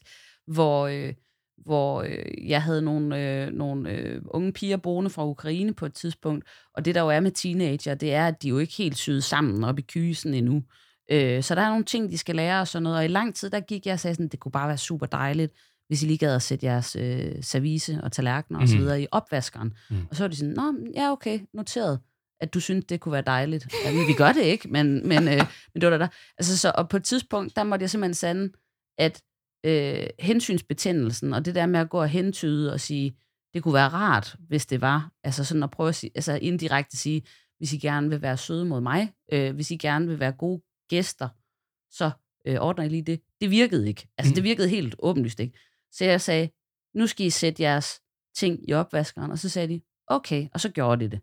hvor jeg havde nogle unge piger boende fra Ukraine på et tidspunkt, og det der jo er med teenager, det er, at de jo ikke helt syet sammen op i kysen endnu. Så der er nogle ting, de skal lære og sådan noget, og i lang tid, der gik jeg og sagde sådan, det kunne bare være super dejligt, hvis I lige gad at sætte jeres service og tallerkener og så videre i opvaskeren. Og så var de sådan, nå, ja okay, noteret, at du synes, det kunne være dejligt. Ja, vi gør det ikke, men det var der. Altså, så, og på et tidspunkt, der måtte jeg simpelthen sande, at hensynsbetændelsen, og det der med at gå og hentyde og sige, det kunne være rart, hvis det var, altså sådan at prøve at sige, altså indirekte sige, hvis I gerne vil være søde mod mig, hvis I gerne vil være gode gæster, så ordner I lige det. Det virkede ikke. Altså, det virkede helt åbenlyst ikke. Så jeg sagde, nu skal I sætte jeres ting i opvaskeren, og så sagde de, okay, og så gjorde de det.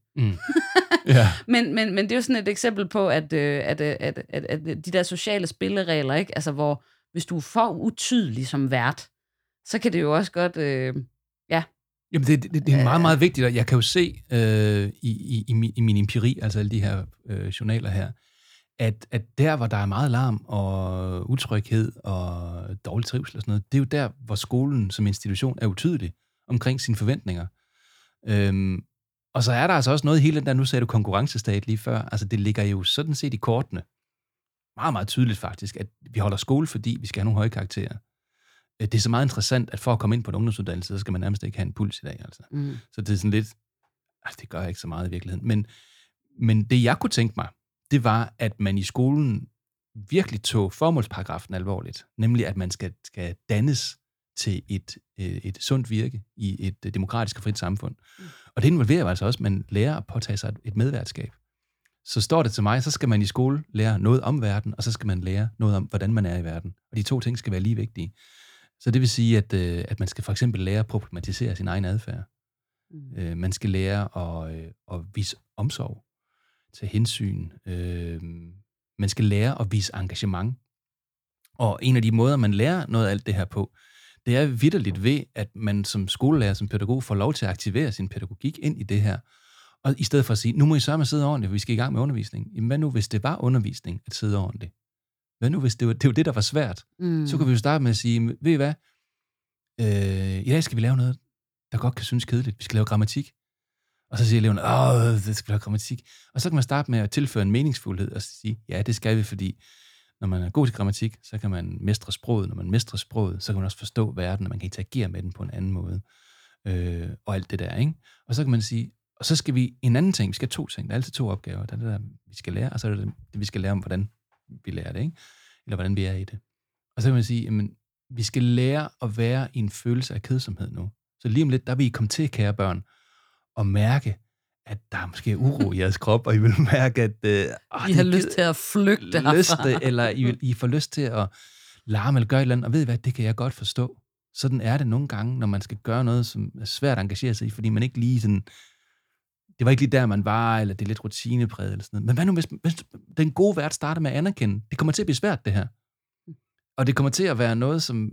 Men det er jo sådan et eksempel på, at de der sociale spilleregler, ikke? Altså, hvor hvis du er for utydelig som vært, så kan det jo også godt, Jamen, det er meget, meget vigtigt, og jeg kan jo se i min empiri, altså alle de her journaler her, at der, hvor der er meget larm og utryghed og dårlig trivsel og sådan noget, det er jo der, hvor skolen som institution er utydelig omkring sine forventninger. Og så er der altså også noget hele den der, nu sagde du konkurrencestat lige før, altså det ligger jo sådan set i kortene, meget, meget tydeligt faktisk, at vi holder skole, fordi vi skal have nogle høje karakterer. Det er så meget interessant, at for at komme ind på en ungdomsuddannelse, så skal man nærmest ikke have en puls i dag. Altså. Så det er sådan lidt, altså det gør jeg ikke så meget i virkeligheden. Men det jeg kunne tænke mig, det var, at man i skolen virkelig tog formålsparagrafen alvorligt. Nemlig, at man skal dannes til et sundt virke i et demokratisk og frit samfund. Og det involverer jo altså også, at man lærer at påtage sig et medværtskab. Så står det til mig, så skal man i skole lære noget om verden, og så skal man lære noget om, hvordan man er i verden. Og de 2 ting skal være lige vigtige. Så det vil sige, at man skal for eksempel lære at problematisere sin egen adfærd. Man skal lære at vise omsorg. tage hensyn. Man skal lære at vise engagement. Og en af de måder, man lærer noget af alt det her på, det er vitterligt ved, at man som skolelærer, som pædagog, får lov til at aktivere sin pædagogik ind i det her. Og i stedet for at sige, nu må I sørge sidde ordentligt, for vi skal i gang med undervisning. Jamen, hvad nu, hvis det var undervisning at sidde ordentligt? Hvad nu, hvis det var det, der var svært? Så kan vi jo starte med at sige, ved I hvad? I dag skal vi lave noget, der godt kan synes kedeligt. Vi skal lave grammatik. Og så siger eleverne, det skal lave grammatik. Og så kan man starte med at tilføre en meningsfuldhed og sige, ja, det skal vi, fordi når man er god til grammatik, så kan man mestre sproget. Når man mestrer sproget, så kan man også forstå verden, og man kan interagere med den på en anden måde. Og alt det der, ikke? Og så kan man sige, og så skal vi en anden ting, vi skal have 2 ting, der er altid 2 opgaver. Der er det der, vi skal lære, og så er det det, vi skal lære om, hvordan vi lærer det, ikke? Eller hvordan vi er i det. Og så kan man sige, jamen, vi skal lære at være i en følelse af kedsomhed nu. Så lige om lidt, der vil I komme til, kære børn, og mærke, at der er måske uro i jeres krop, og I vil mærke, at I har lyst til at flygte herfra. Eller I får lyst til at larme eller gøre et eller andet, og ved I hvad, det kan jeg godt forstå. Sådan er det nogle gange, når man skal gøre noget, som er svært at engagere sig i, fordi man ikke lige sådan, det var ikke lige der, man var, eller det er lidt rutinepræget, eller sådan noget. Men hvad nu, hvis den gode vært starter med at anerkende, det kommer til at blive svært, det her. Og det kommer til at være noget, som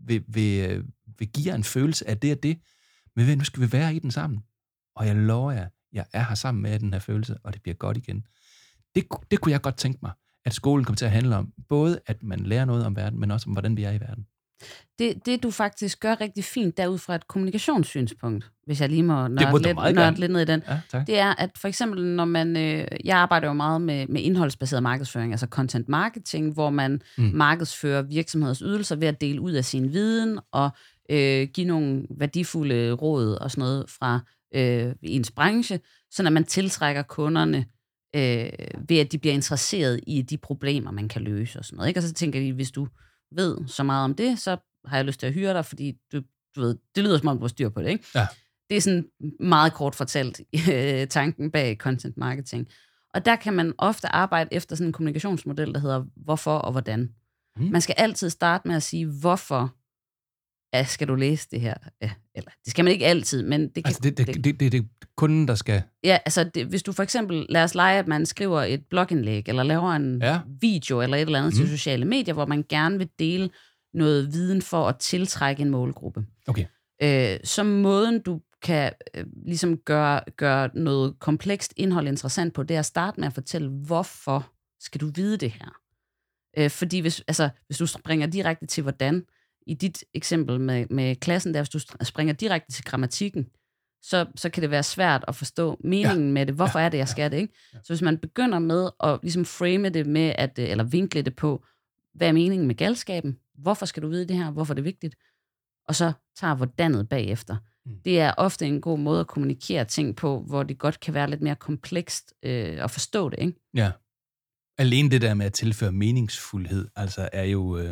vil give jer en følelse af det og det, men nu skal vi være i den sammen. Og jeg lover jer, jeg er her sammen med den her følelse, og det bliver godt igen. Det kunne jeg godt tænke mig, at skolen kommer til at handle om. Både at man lærer noget om verden, men også om, hvordan vi er i verden. Det du faktisk gør rigtig fint derud fra et kommunikationssynspunkt, hvis jeg lige må nørde lidt ned i den, ja, det er, at for eksempel, når man, jeg arbejder jo meget med indholdsbaseret markedsføring, altså content marketing, hvor man markedsfører virksomheders ydelser ved at dele ud af sin viden og give nogle værdifulde råd og sådan noget fra ens branche, så når man tiltrækker kunderne ved, at de bliver interesseret i de problemer, man kan løse og sådan noget. Ikke? Og så tænker de, hvis du ved så meget om det, så har jeg lyst til at hyre dig, fordi du ved, det lyder som om, du har styr på det, ikke? Ja. Det er sådan meget kort fortalt tanken bag content marketing. Og der kan man ofte arbejde efter sådan en kommunikationsmodel, der hedder hvorfor og hvordan. Man skal altid starte med at sige, hvorfor skal du læse det her? Eller, det skal man ikke altid, men det kan... Altså, det er kunden, der skal... Ja, altså, hvis du for eksempel, lad os lege, at man skriver et blogindlæg, eller laver en video, eller et eller andet til sociale medier, hvor man gerne vil dele noget viden for at tiltrække en målgruppe. Okay. Så måden, du kan ligesom gøre noget komplekst indhold interessant på, det er at starte med at fortælle, hvorfor skal du vide det her? Fordi hvis du springer direkte til hvordan, i dit eksempel med klassen der, hvis du springer direkte til grammatikken, så kan det være svært at forstå meningen med det. Hvorfor er det, jeg skal det, ikke? Så hvis man begynder med at ligesom frame det med, eller vinkle det på, hvad er meningen med galskaben? Hvorfor skal du vide det her? Hvorfor er det vigtigt? Og så tager hvordanet bagefter. Det er ofte en god måde at kommunikere ting på, hvor det godt kan være lidt mere komplekst at forstå det, ikke? Ja. Alene det der med at tilføre meningsfuldhed, altså er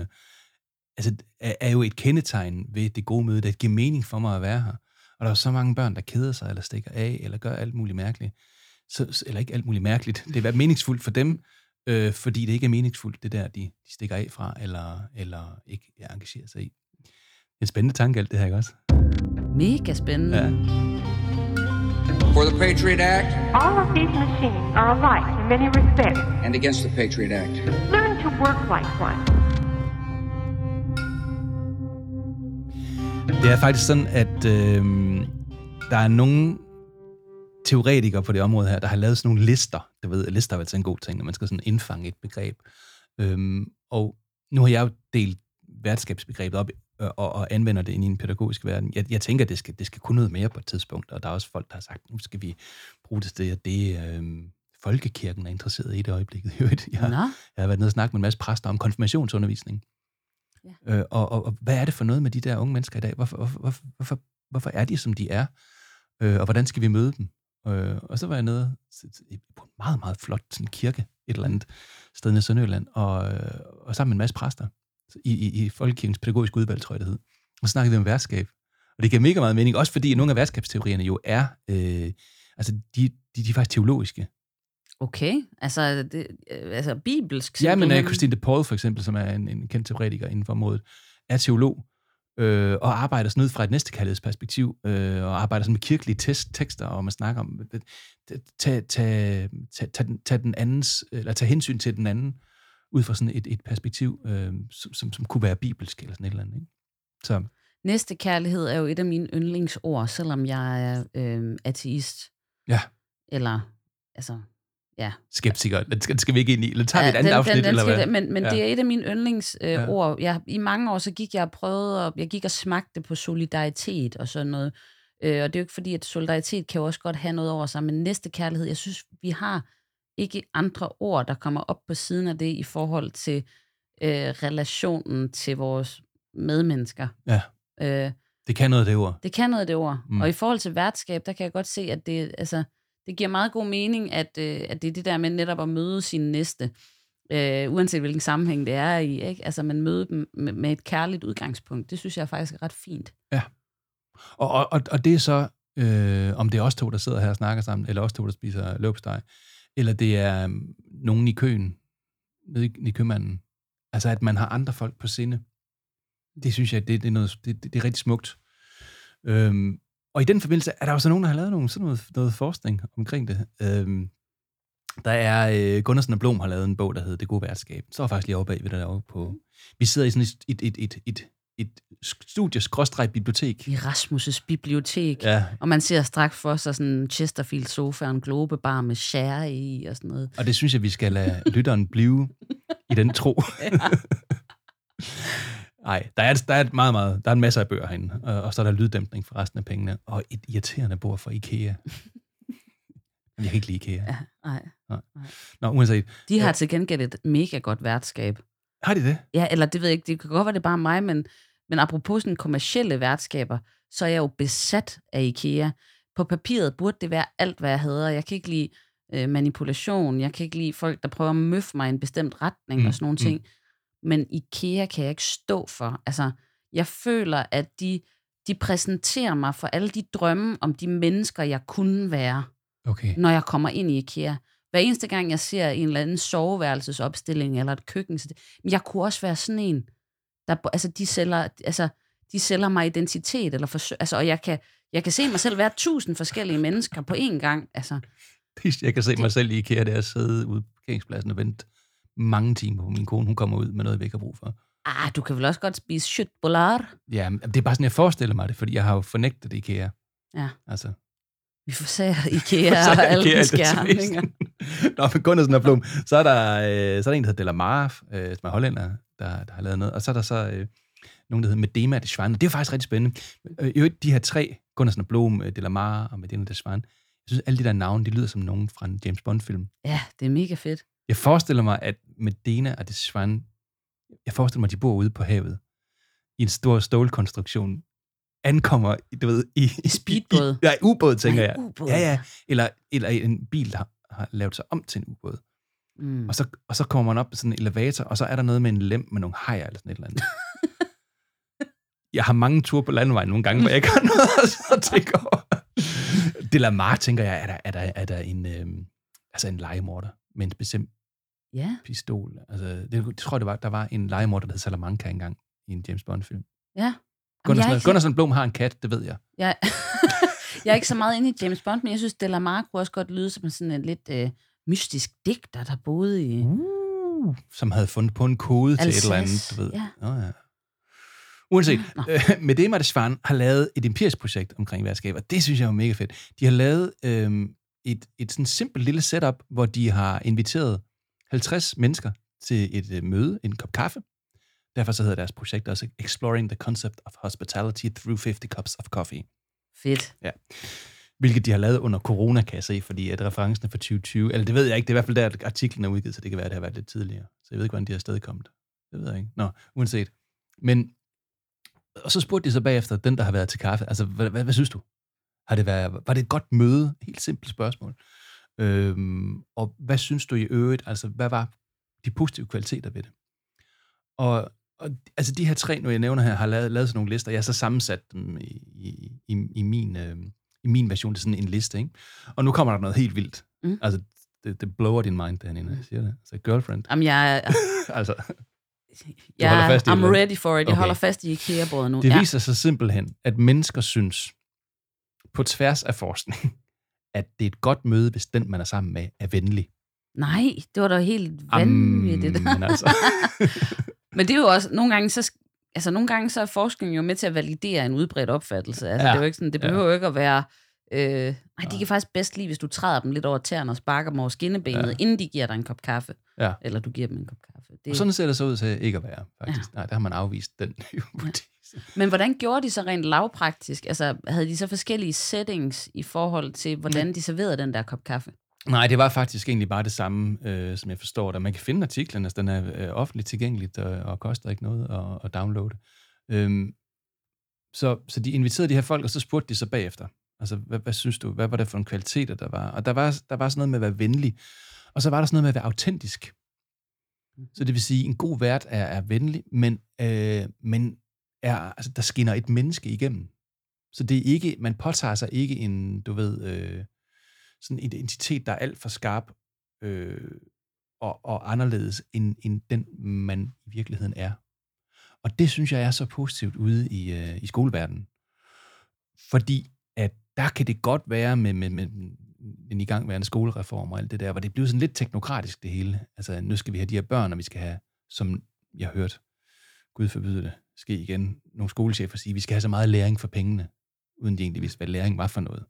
jo et kendetegn ved det gode møde, det giver mening for mig at være her. Og der er så mange børn, der keder sig, eller stikker af, eller gør alt muligt mærkeligt. Eller ikke alt muligt mærkeligt. Det er meningsfuldt for dem, fordi det ikke er meningsfuldt, det der, de stikker af fra, eller ikke engagerer sig i. Det er en spændende tanke, alt det her, ikke også? Mega spændende. Ja. For the Patriot Act. All of these machines are alike in many respects. And against the Patriot Act. Learn to work like one. Det er faktisk sådan, at der er nogle teoretikere på det område her, der har lavet sådan nogle lister. Du ved, lister er altså en god ting, når man skal sådan indfange et begreb. Og nu har jeg jo delt værtskabsbegrebet op og anvender det ind i en pædagogisk verden. Jeg tænker, at det skal kunne noget mere på et tidspunkt, og der er også folk, der har sagt, nu skal vi bruge det og det. Folkekirken er interesseret i det øjeblikket. Jeg har været nede og snakket med en masse præster om konfirmationsundervisning. Ja. Og hvad er det for noget med de der unge mennesker i dag? Hvorfor er de, som de er? Og hvordan skal vi møde dem? Og så var jeg nede på en meget, meget flot sådan kirke, et eller andet sted i Sønderjylland, og sammen med en masse præster i Folkekirkens pædagogiske udvalg, tror jeg, det hed. Og snakkede vi om værtskab. Og det giver mega meget mening, også fordi nogle af værtskabsteorierne jo er, de er faktisk teologiske. Okay, altså bibelsk. Ja, men Christine de Paul for eksempel, som er en kendt teoretiker inden for området, er teolog. og arbejder sådan ud fra et næstekærlighedsperspektiv, og arbejder sådan med kirkelige tekster, og man snakker om, tage den andens, eller tage hensyn til den anden, ud fra sådan et perspektiv, som kunne være bibelsk, eller sådan et eller andet, ikke? Så. Næstekærlighed er jo et af mine yndlingsord, selvom jeg er ateist. Ja. Eller, altså, ja. Skeptiker. Den skal vi ikke ind i. Eller tager vi et andet afsnit, eller hvad? Men det er et af mine yndlingsord. I mange år, så gik jeg og prøvede, og jeg gik og smagte på solidaritet og sådan noget. Og det er jo ikke fordi, at solidaritet kan jo også godt have noget over sig, men næstekærlighed, jeg synes, vi har ikke andre ord, der kommer op på siden af det, i forhold til relationen til vores medmennesker. Ja. Det kan noget af det ord. Det kan noget af det ord. Og i forhold til værtskab, der kan jeg godt se, at det giver meget god mening, at det er det der med netop at møde sin næste, uanset hvilken sammenhæng det er i, ikke? Altså man møder dem med et kærligt udgangspunkt. Det synes jeg faktisk er ret fint. Ja. Og det er så, om det er os to, der sidder her og snakker sammen, eller os to, der spiser løbsteg, eller det er nogen i køen, nede i købmanden. Altså at man har andre folk på sinde. Det synes jeg, det er rigtig smukt. Og i den forbindelse er der jo så nogen, der har lavet noget forskning omkring det. Der er Gundersen og Blom har lavet en bog, der hedder Det gode værtskab. Så er faktisk lige oppe ved derovre på. Vi sidder i sådan et studies-bibliotek. I Rasmus' bibliotek. Ja. Og man ser straks for sig sådan en Chesterfield-sofa og en globebar med skære i og sådan noget. Og det synes jeg, vi skal lade lytteren blive i den tro. Nej, der er en masse af bøger herinde, og så er der lyddæmpning for resten af pengene, og et irriterende bord for IKEA. Jeg kan ikke lide IKEA. Ja, nej. Nå, uanset. De har til gengæld et mega godt værtskab. Har de det? Ja, eller det ved jeg ikke, det kan godt være, det er bare mig, men apropos sådan kommercielle værtskaber, så er jeg jo besat af IKEA. På papiret burde det være alt, hvad jeg hader. Jeg kan ikke lide manipulation, jeg kan ikke lide folk, der prøver at møffe mig i en bestemt retning og sådan nogle ting. Men IKEA kan jeg ikke stå for. Altså, jeg føler, at de præsenterer mig for alle de drømme om de mennesker, jeg kunne være, når jeg kommer ind i IKEA. Hver eneste gang, jeg ser en eller anden soveværelsesopstilling eller et køkken, men jeg kunne også være sådan en, der, de sælger mig identitet, eller og jeg kan se mig selv være 1000 forskellige mennesker på én gang. Altså, jeg kan se mig selv i IKEA, der sidde ude på parkeringspladsen og vente mange timer på min kone, hun kommer ud med noget, vi ikke har brug for. Du kan vel også godt spise köttbullar? Ja, det er bare sådan, jeg forestiller mig det, fordi jeg har jo fornægtet IKEA. Ja. Altså. Vi får se IKEA og alle de skærninger. Nå, men Gundersen og Blom, så er der en, der hedder Delamare, som er hollænder, der har lavet noget, og så er der så nogen, der hedder Medema de Schwan. Det er jo faktisk rigtig spændende. De her tre, Gundersen og Blom, Delamare og Medema de Schwan, jeg synes, alle de der navne, de lyder som nogen fra en James Bond-film. Ja, det er mega fedt. Jeg forestiller mig, at Medina og de Schwan, jeg forestiller mig, at de bor ude på havet, i en stor stålkonstruktion, ankommer, du ved, i speedbåd. Ja, ubåd, tænker jeg. Ubåd. Ja. Eller en bil, der har lavet sig om til en ubåd. Og så kommer man op på sådan en elevator, og så er der noget med en lem med nogle hajer, eller sådan et eller andet. Jeg har mange ture på landevejen nogle gange, hvor jeg ikke har noget at tænke over. Delamare, tænker jeg, er der en legemorder med en bestemt pistol. Altså, det tror jeg, der var en legemorder, der hed Salamanca engang i en James Bond-film. Ja. Gundersen Blom har en kat, det ved jeg. Ja. Jeg er ikke så meget inde i James Bond, men jeg synes, Delamare kunne også godt lyde som sådan en lidt mystisk digter, der boede i... Som havde fundet på en kode til et eller andet, du ved. Ja. Ja. Uanset, Medema de Schwan har lavet et empirisk projekt omkring værtskab, og det synes jeg var mega fedt. De har lavet et sådan simpelt lille setup, hvor de har inviteret 50 mennesker til et møde, en kop kaffe. Derfor så hedder deres projekt også Exploring the Concept of Hospitality Through 50 Cups of Coffee. Fedt. Ja. Hvilket de har lavet under corona, kan jeg se, fordi at referencen er fra 2020, eller det ved jeg ikke, det er i hvert fald der, artiklen er udgivet, så det kan være, at det har været lidt tidligere. Så jeg ved ikke, hvordan de har stadig kommet. Det ved jeg ikke. Nå, uanset. Men, og så spurgte de så bagefter, den der har været til kaffe, altså, hvad synes du? Var det et godt møde? Helt simpelt spørgsmål. Og hvad synes du i øvrigt, altså, hvad var de positive kvaliteter ved det? Og altså de her tre, når jeg nævner her, har lavet sådan nogle lister. Jeg har så sammensat dem i min version til sådan en liste, ikke? Og nu kommer der noget helt vildt. Altså, det blower din mind, Danny, når jeg siger det. Altså, girlfriend. Jamen, jeg... altså. I'm ready for it. Jeg holder fast i IKEA-bordet nu. Det viser sig simpelthen, at mennesker synes, på tværs af forskning, at det er et godt møde, hvis den, man er sammen med, er venlig. Nej, det var da helt vanvittigt. Men altså. Men det er jo også, nogle gange så er forskningen jo med til at validere en udbredt opfattelse. Altså, det er jo ikke sådan, det behøver jo ikke at være, de kan faktisk bedst lide, hvis du træder dem lidt over tæerne og sparker dem over skinnebenet, inden de giver dig en kop kaffe. Ja. Eller du giver dem en kop kaffe. Og sådan ser det så ud til ikke at være, faktisk. Nej, der har man afvist den hypotese. Men hvordan gjorde de så rent lavpraktisk? Altså, havde de så forskellige settings i forhold til, hvordan de serverede den der kop kaffe? Nej, det var faktisk egentlig bare det samme, som jeg forstår det. Man kan finde artiklen, altså den er offentligt tilgængeligt og koster ikke noget at downloade. Så de inviterede de her folk, og så spurgte de så bagefter. Altså, hvad synes du? Hvad var det for en kvaliteter, der var? Og der var sådan noget med at være venlig, og så var der sådan noget med at være autentisk. Så det vil sige, en god vært er venlig, men der skinner et menneske igennem. Så det er ikke, man påtager sig ikke en, sådan en identitet, der er alt for skarp og anderledes end den, man i virkeligheden er. Og det synes jeg er så positivt ude i skoleverdenen. Fordi at der kan det godt være med den igangværende skolereform og alt det der, hvor det bliver sådan lidt teknokratisk det hele. Altså, nu skal vi have de her børn, og vi skal have, som jeg har hørt, Gud forbyde det, ske igen, nogle skolechefer sige, vi skal have så meget læring for pengene, uden de egentlig vidste, hvad læring var for noget.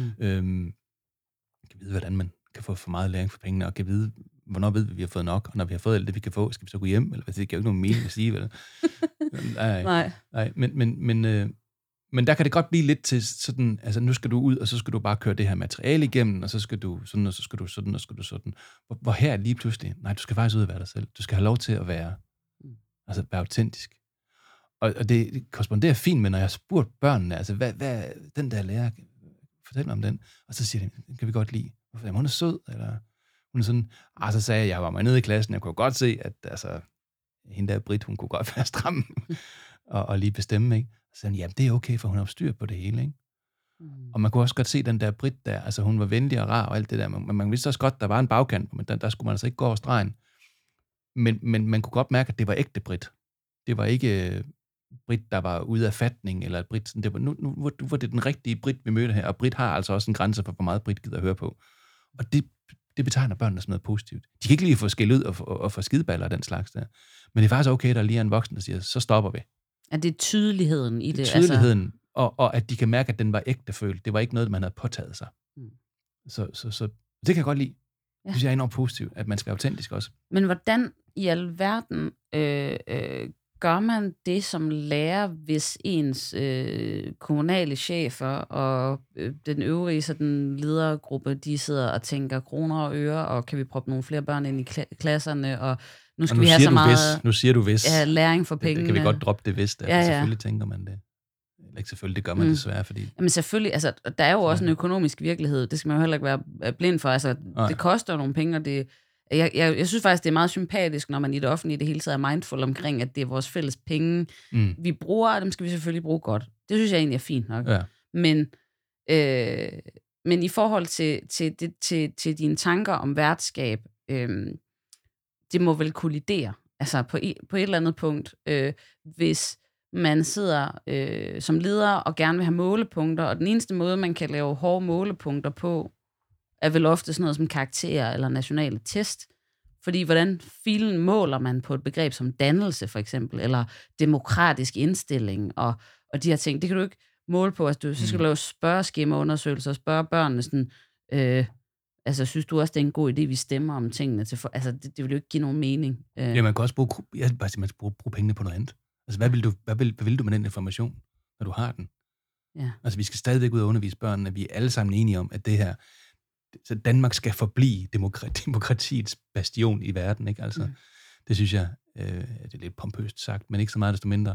Kan vide, hvordan man kan få for meget læring for pengene, og kan vide, hvornår ved vi har fået nok, og når vi har fået alt det, vi kan få, skal vi så gå hjem, eller hvad, det giver jo ikke nogen mening at sige, vel? Nej, men der kan det godt blive lidt til sådan, altså nu skal du ud, og så skal du bare køre det her materiale igennem, og så skal du sådan, og så skal du sådan, og så skal du sådan. Hvor her lige pludselig, nej, du skal faktisk ud og være dig selv. Du skal have lov til at være autentisk. Og det korresponderer fint med, når jeg har spurgt børnene, altså hvad den der lærer, fortæl mig om den, og så siger de, den kan vi godt lide. Hvorfor? Hun er sød, eller hun er sådan, så sagde jeg var mig nede i klassen, jeg kunne godt se, at altså, hende der Britt, hun kunne godt være stram, og lige bestemme, ikke? Så sagde han, jamen det er okay, for hun har styr på det hele, ikke? Og man kunne også godt se den der Britt der, altså hun var venlig og rar og alt det der, men man vidste også godt, der var en bagkant, men der skulle man altså ikke gå over stregen. Men man kunne godt mærke, at det var ægte Britt. Det var ikke Britt, der var ude af fatning, eller Britt, det var, nu var det den rigtige Britt, vi mødte her, og Britt har altså også en grænse for, hvor meget Britt gider at høre på. Og det betegner børnene som noget positivt. De kan ikke lige få skæld ud og få skideballer og den slags der. Men det er faktisk okay, der lige er en voksen, der siger, så stopper vi. At det er tydeligheden i det. Tydeligheden, altså. og at de kan mærke, at den var ægtefølt. Det var ikke noget, man havde påtaget sig. Så det kan jeg godt lide. Det synes jeg er enormt positivt, at man skal autentisk også. Men hvordan i alverden gør man det som lærer, hvis ens kommunale chefer og den øvrige sådan ledergruppe, de sidder og tænker kroner og øre, og kan vi proppe nogle flere børn ind i klasserne, og nu skal vi have så meget nu siger du hvis. Læring for pengene. Det kan vi godt droppe det hvis. Selvfølgelig tænker man det. Eller ikke selvfølgelig, det gør man desværre, fordi... Jamen selvfølgelig, altså, der er jo også en økonomisk virkelighed. Det skal man jo heller ikke være blind for. Altså, det koster nogle penge, og det... Jeg synes faktisk, det er meget sympatisk, når man i det offentlige det hele taget er mindful omkring, at det er vores fælles penge, vi bruger, og dem skal vi selvfølgelig bruge godt. Det synes jeg egentlig er fint nok. Ja. Men i forhold til dine tanker om værtskab, det må vel kollidere. Altså på et eller andet punkt, hvis man sidder som leder og gerne vil have målepunkter, og den eneste måde, man kan lave hårde målepunkter på, er vel ofte sådan noget som karakterer eller nationale test. Fordi hvordan filen måler man på et begreb som dannelse, for eksempel, eller demokratisk indstilling, og de her ting, det kan du ikke måle på. Altså, så skal du lave spørgeskemaundersøgelser og spørge børnene sådan, altså, synes du også, det er en god idé, vi stemmer om tingene til altså, det vil jo ikke give nogen mening. Ja, man kan også bruge pengene på noget andet. Altså, hvad vil du med den information, når du har den? Ja. Altså, vi skal stadigvæk ud og undervise børnene, vi er alle sammen enige om, at det her, så Danmark skal forblive demokratiets bastion i verden, ikke? Altså, det synes jeg, det er lidt pompøst sagt, men ikke så meget desto mindre.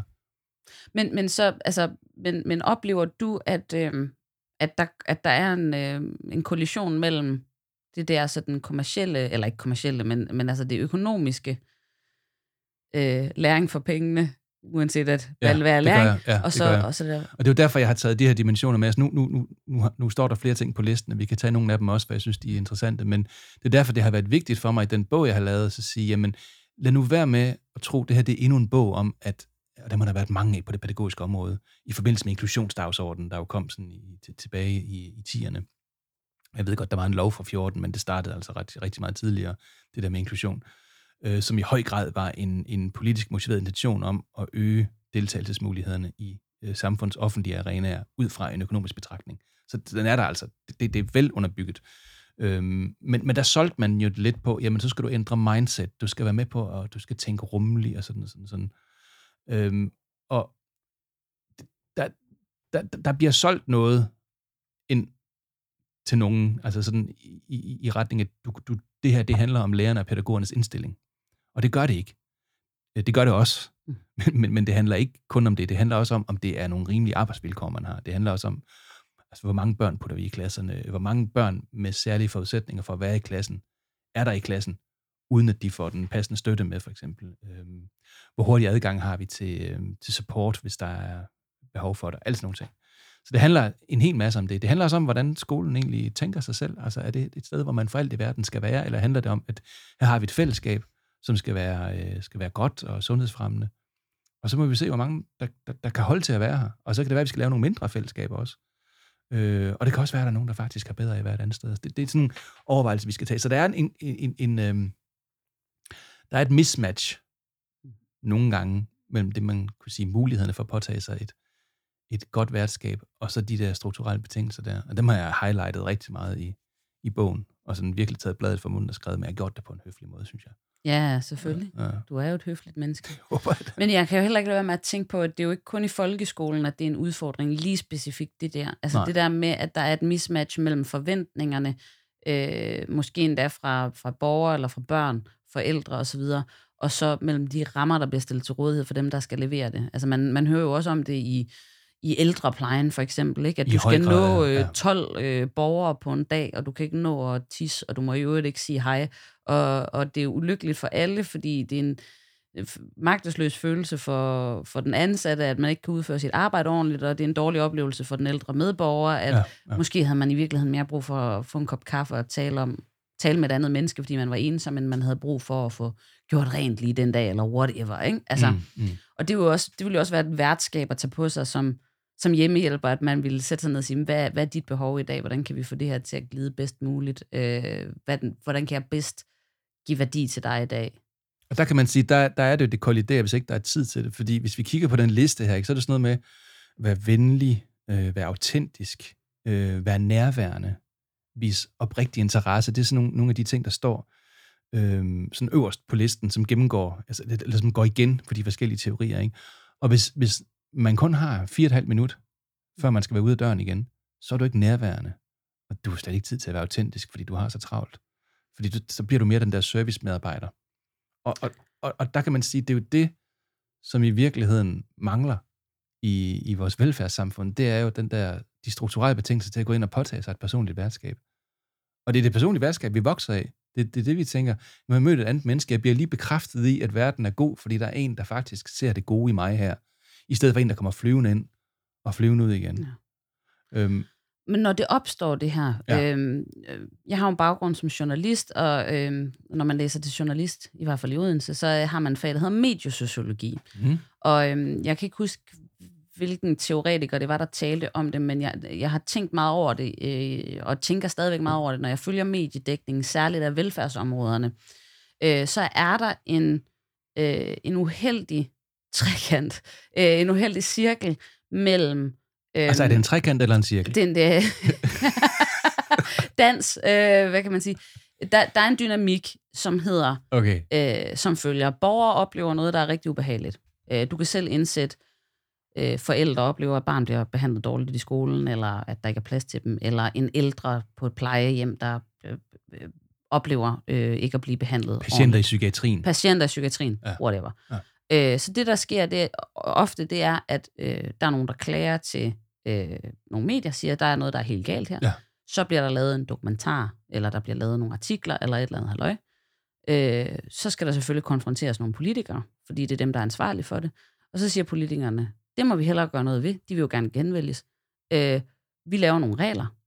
Men oplever du, at der er en kollision mellem det der sådan kommercielle, eller ikke kommercielle, men altså det økonomiske læring for pengene, uanset at være læring, og så der. Og det er jo derfor, jeg har taget de her dimensioner med. Altså nu står der flere ting på listen, og vi kan tage nogle af dem også, for jeg synes, de er interessante, men det er derfor, det har været vigtigt for mig i den bog, jeg har lavet, at sige, jamen, lad nu være med at tro, at det her det er endnu en bog om, at, og der må der have været mange af på det pædagogiske område, i forbindelse med inklusionsdagsordenen, der jo kom sådan tilbage i 10'erne. Jeg ved godt, der var en lov fra 14, men det startede altså rigtig meget tidligere, det der med inklusion, som i høj grad var en politisk motiveret intention om at øge deltagelsesmulighederne i samfunds offentlige arenaer, ud fra en økonomisk betragtning. Så den er der altså. Det er vel underbygget. Men der solgte man jo lidt på, jamen så skal du ændre mindset, du skal være med på, og du skal tænke rummeligt, og sådan. Og der bliver solgt noget ind til nogen, altså sådan i retning af, det her, det handler om lærerne og pædagogernes indstilling. Og det gør det ikke. Det gør det også. Men det handler ikke kun om det. Det handler også om det er nogle rimelige arbejdsvilkår, man har. Det handler også om, altså, hvor mange børn putter vi i klasserne, hvor mange børn med særlige forudsætninger for at være i klassen, er der i klassen, uden at de får den passende støtte med, for eksempel. Hvor hurtig adgang har vi til support, hvis der er behov for det. Alt sådan nogle ting. Så det handler en hel masse om det. Det handler også om, hvordan skolen egentlig tænker sig selv. Altså, er det et sted, hvor man for alt i verden skal være, eller handler det om, at her har vi et fællesskab, som skal være godt og sundhedsfremmende. Og så må vi se, hvor mange, der kan holde til at være her. Og så kan det være, at vi skal lave nogle mindre fællesskaber også. Og det kan også være, at der er nogen, der faktisk har bedre i hvert andet sted. Det er sådan en overvejelse, vi skal tage. Så der er der er et mismatch nogle gange mellem det, man kunne sige, mulighederne for at påtage sig et godt værtskab, og så de der strukturelle betingelser der. Og dem har jeg highlightet rigtig meget i bogen, og sådan virkelig taget bladet fra munden og skrevet, men jeg har gjort det på en høflig måde, synes jeg. Ja, selvfølgelig. Ja. Du er jo et høfligt menneske. Håber, men jeg kan jo heller ikke lade være med at tænke på, at det er jo ikke kun i folkeskolen, at det er en udfordring, lige specifikt det der. Altså Nej. Det der med, at der er et mismatch mellem forventningerne, måske endda fra borgere eller fra børn, forældre osv., og så mellem de rammer, der bliver stillet til rådighed for dem, der skal levere det. Altså man hører jo også om det i ældreplejen for eksempel, ikke? At du skal nå 12 borgere på en dag, og du kan ikke nå at tisse, og du må i øvrigt ikke sige hej. Og det er ulykkeligt for alle, fordi det er en magtesløs følelse for den ansatte, at man ikke kan udføre sit arbejde ordentligt, og det er en dårlig oplevelse for den ældre medborger, at måske havde man i virkeligheden mere brug for at få en kop kaffe og tale med et andet menneske, fordi man var ensom, men man havde brug for at få gjort rent lige den dag, eller whatever, ikke? Altså, og det ville jo også være et værtskab at tage på sig som hjemmehjælper, at man ville sætte sig ned og sige, hvad er dit behov i dag? Hvordan kan vi få det her til at glide bedst muligt? Hvordan kan jeg bedst give værdi til dig i dag? Og der kan man sige, der er det kolliderer, hvis ikke der er tid til det. Fordi hvis vi kigger på den liste her, ikke, så er det sådan noget med at være venlig, være autentisk, være nærværende, vise oprigtig interesse. Det er sådan nogle af de ting, der står sådan øverst på listen, som gennemgår, altså, eller som går igen på de forskellige teorier. Ikke? Og hvis man kun har 4,5 minut, før man skal være ude af døren igen, så er du ikke nærværende. Og du har slet ikke tid til at være autentisk, fordi du har så travlt. Fordi så bliver du mere den der servicemedarbejder. Og der kan man sige, det er jo det, som i virkeligheden mangler i vores velfærdssamfund. Det er jo de strukturelle betingelser til at gå ind og påtage sig et personligt værtskab. Og det er det personlige værtskab, vi vokser af. Det er det, vi tænker. Når jeg møder et andet menneske, jeg bliver lige bekræftet i, at verden er god, fordi der er en, der faktisk ser det gode i mig her. I stedet for en, der kommer flyvende ind og flyvende ud igen. Ja. Men når det opstår det her, jeg har en baggrund som journalist, og når man læser til journalist, i hvert fald i Odense, så har man en fag, der hedder mediesociologi. Og jeg kan ikke huske, hvilken teoretiker det var, der talte om det, men jeg har tænkt meget over det, og tænker stadigvæk meget over det, når jeg følger mediedækningen, særligt af velfærdsområderne, så er der en uheldig trekant, en uheldig cirkel mellem... altså er det en trekant eller en cirkel? Dans, hvad kan man sige? Der er en dynamik, som hedder, som følger. Borgere oplever noget, der er rigtig ubehageligt. Du kan selv indsætte, forældre oplever, at barn bliver behandlet dårligt i skolen, eller at der ikke er plads til dem, eller en ældre på et plejehjem, der oplever ikke at blive behandlet. Patienter i psykiatrien. Whatever. Ja. Så det, der sker, det er, at der er nogen, der klager til nogle medier, siger, at der er noget, der er helt galt her. Ja. Så bliver der lavet en dokumentar, eller der bliver lavet nogle artikler, eller et eller andet halløj. Så skal der selvfølgelig konfronteres nogle politikere, fordi det er dem, der er ansvarlige for det. Og så siger politikerne, det må vi hellere gøre noget ved. De vil jo gerne genvælges. Vi laver nogle regler.